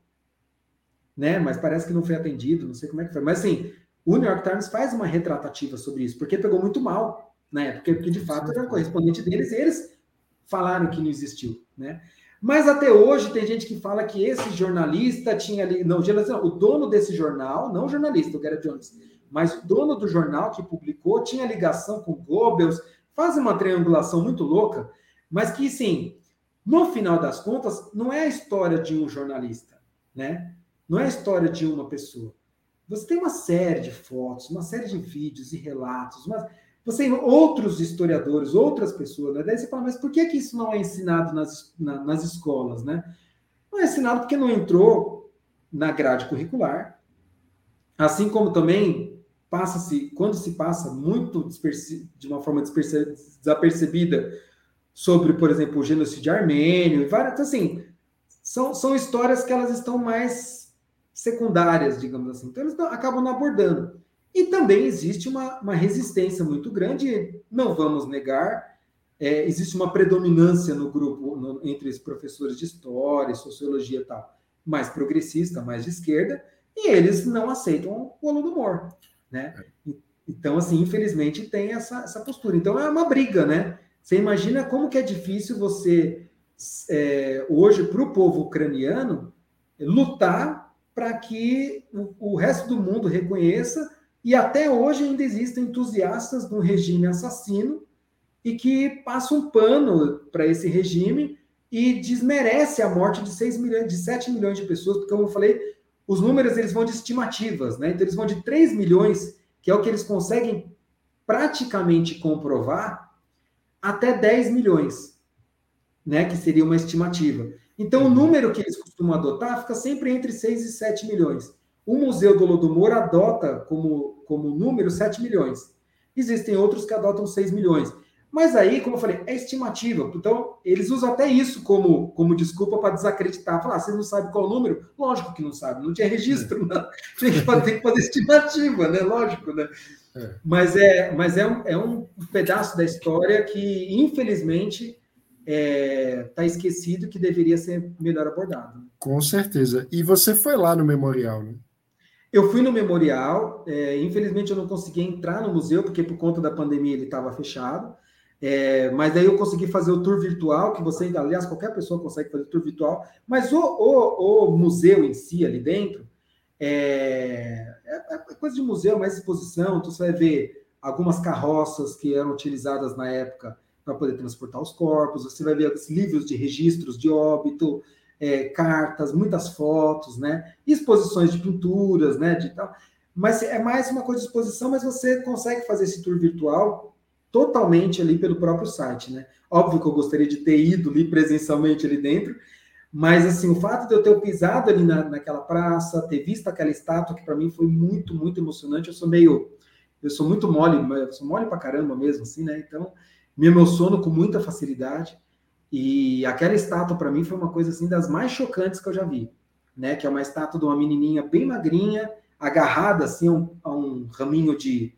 Né? Mas parece que não foi atendido, não sei como é que foi. Mas, assim, o New York Times faz uma retratativa sobre isso, porque pegou muito mal, né? Porque, porque de fato, era o correspondente deles, e eles falaram que não existiu, né? Mas, até hoje, tem gente que fala que esse jornalista tinha ali... Não, não, o dono desse jornal, não o jornalista, o Gareth Jones, mas o dono do jornal que publicou tinha ligação com Goebbels, faz uma triangulação muito louca, mas que, sim, no final das contas, não é a história de um jornalista, né? Não é a história de uma pessoa. Você tem uma série de fotos, uma série de vídeos e relatos, uma... você tem outros historiadores, outras pessoas, né? Daí você fala, mas por que, que isso não é ensinado nas, na, nas escolas, né? Não é ensinado porque não entrou na grade curricular, assim como também... passa-se, quando se passa muito de uma forma desapercebida sobre, por exemplo, o genocídio armênio, e várias, então, assim, são, são histórias que elas estão mais secundárias, digamos assim, então eles não, acabam não abordando. E também existe uma, uma resistência muito grande, não vamos negar, é, existe uma predominância no grupo, no, entre os professores de história, sociologia e tal, mais progressista, mais de esquerda, e eles não aceitam o Holodomor. Né? Então, assim, infelizmente tem essa, essa postura. Então, é uma briga, né? Você imagina como que é difícil você, é, hoje, para o povo ucraniano, lutar para que o, o resto do mundo reconheça, e até hoje ainda existem entusiastas do regime assassino e que passam um pano para esse regime e desmerece a morte de seis milhões, de sete milhões de pessoas, porque, como eu falei, os números eles vão de estimativas, né? Então, eles vão de três milhões, que é o que eles conseguem praticamente comprovar, até dez milhões, né, que seria uma estimativa. Então, o número que eles costumam adotar fica sempre entre seis e sete milhões. O Museu do Holodomor adota como, como número sete milhões. Existem outros que adotam seis milhões. Mas aí, como eu falei, é estimativa. Então, eles usam até isso como, como desculpa para desacreditar. Falar, ah, vocês não sabem qual é o número? Lógico que não sabe, não tinha registro. Não. Tem, que fazer, tem que fazer estimativa, né? Lógico, né? É. Mas, é, mas é, um, é um pedaço da história que, infelizmente, está é, esquecido, que deveria ser melhor abordado. Com certeza. E você foi lá no memorial, né? Eu fui no memorial. É, infelizmente, eu não consegui entrar no museu, porque por conta da pandemia ele estava fechado. É, mas daí eu consegui fazer o tour virtual, que você, aliás, qualquer pessoa consegue fazer o tour virtual, mas o, o, o museu em si, ali dentro, é, é, é coisa de museu, mais exposição, então você vai ver algumas carroças que eram utilizadas na época para poder transportar os corpos, você vai ver os livros de registros de óbito, é, cartas, muitas fotos, né, exposições de pinturas, né, de tal, mas é mais uma coisa de exposição, mas você consegue fazer esse tour virtual totalmente ali pelo próprio site, né? Óbvio que eu gostaria de ter ido ali presencialmente ali dentro, mas assim, o fato de eu ter pisado ali na, naquela praça, ter visto aquela estátua, que para mim foi muito, muito emocionante. Eu sou meio, eu sou muito mole, eu sou mole pra caramba mesmo, assim, né? Então, me emociono com muita facilidade, e aquela estátua para mim foi uma coisa assim das mais chocantes que eu já vi, né? Que é uma estátua de uma menininha bem magrinha, agarrada assim a um, a um raminho de,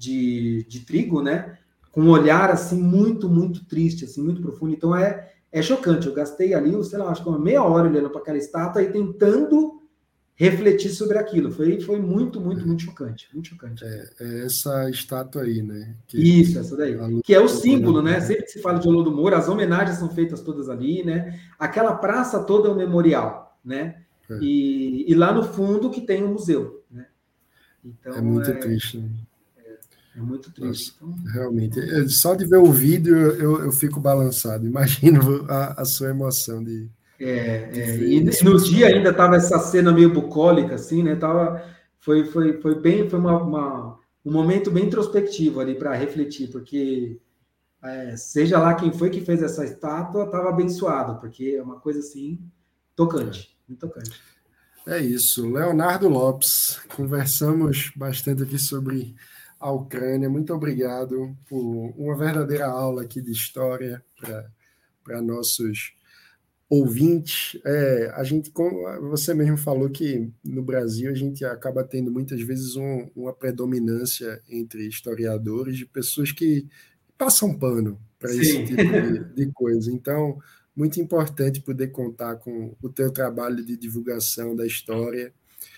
de, de trigo, né? Com um olhar, assim, muito, muito triste, assim, muito profundo. Então, é, é chocante. Eu gastei ali, sei lá, acho que uma meia hora olhando para aquela estátua e tentando refletir sobre aquilo. Foi, foi muito, muito, muito chocante. Muito chocante. É, é essa estátua aí, né? Que, Isso, essa daí. Que é o símbolo, né? Sempre que se fala de Holodomor, as homenagens são feitas todas ali, né? Aquela praça toda é um memorial, né? É. E, e lá no fundo que tem um museu, né? Então, é muito é... triste, né? É muito triste. Nossa, então, realmente. Só de ver o vídeo eu, eu fico balançado. Imagino a, a sua emoção de. É, de é e isso. No dia ainda estava essa cena meio bucólica, assim, né? Tava, foi, foi, foi bem, foi uma, uma, um momento bem introspectivo ali para refletir, porque é, seja lá quem foi que fez essa estátua, estava abençoado, porque é uma coisa assim tocante, é. muito tocante. É isso. Leonardo Lopes, conversamos bastante aqui sobre a Ucrânia. Muito obrigado por uma verdadeira aula aqui de história para nossos ouvintes. É, a gente, como você mesmo falou, que no Brasil a gente acaba tendo muitas vezes um, uma predominância entre historiadores de pessoas que passam pano para esse tipo de, de coisa. Então, muito importante poder contar com o teu trabalho de divulgação da história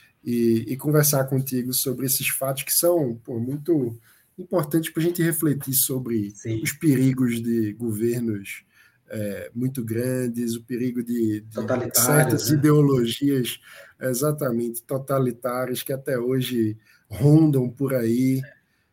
E, e conversar contigo sobre esses fatos que são pô, muito importantes para a gente refletir sobre Sim. os perigos de governos é, muito grandes, o perigo de, de certas né? ideologias exatamente totalitárias que até hoje rondam por aí,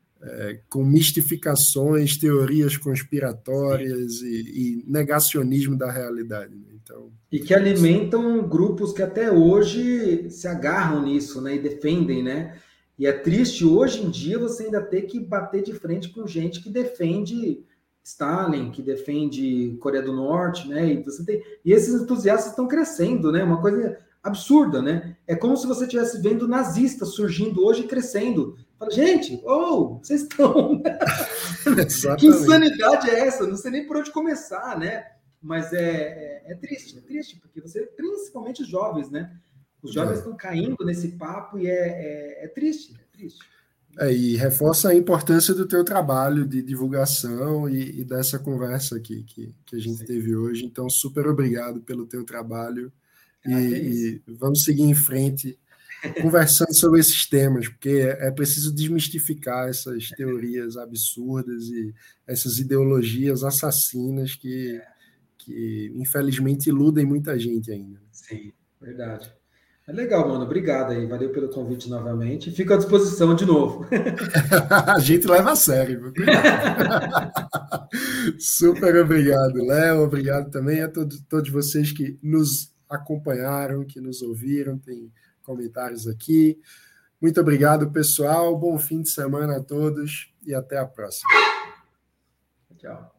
é, com mistificações, teorias conspiratórias e, e negacionismo da realidade. Então, e que alimentam grupos que até hoje se agarram nisso, né, e defendem, né? E é triste hoje em dia você ainda ter que bater de frente com gente que defende Stalin, que defende Coreia do Norte, né? E você tem, e esses entusiastas estão crescendo, né? Uma coisa absurda, né? É como se você estivesse vendo nazistas surgindo hoje e crescendo. Fala, gente, oh, vocês estão. Que insanidade é essa? Não sei nem por onde começar, né? Mas é, é, é triste, é triste, porque você, principalmente os jovens, né? Os jovens é. estão caindo nesse papo e é, é, é triste, é triste. É, e reforça a importância do teu trabalho de divulgação e, e dessa conversa aqui que, que a gente Sim. teve hoje. Então, super obrigado pelo teu trabalho e, ah, e vamos seguir em frente conversando sobre esses temas, porque é preciso desmistificar essas teorias absurdas e essas ideologias assassinas que, que infelizmente iludem muita gente ainda. Sim, verdade. É legal, mano. Obrigado aí. Valeu pelo convite novamente. Fico à disposição de novo. A gente leva a sério. Super obrigado, Léo. Obrigado também a todos, todos vocês que nos acompanharam, que nos ouviram. Tem comentários aqui. Muito obrigado, pessoal. Bom fim de semana a todos e até a próxima. Tchau.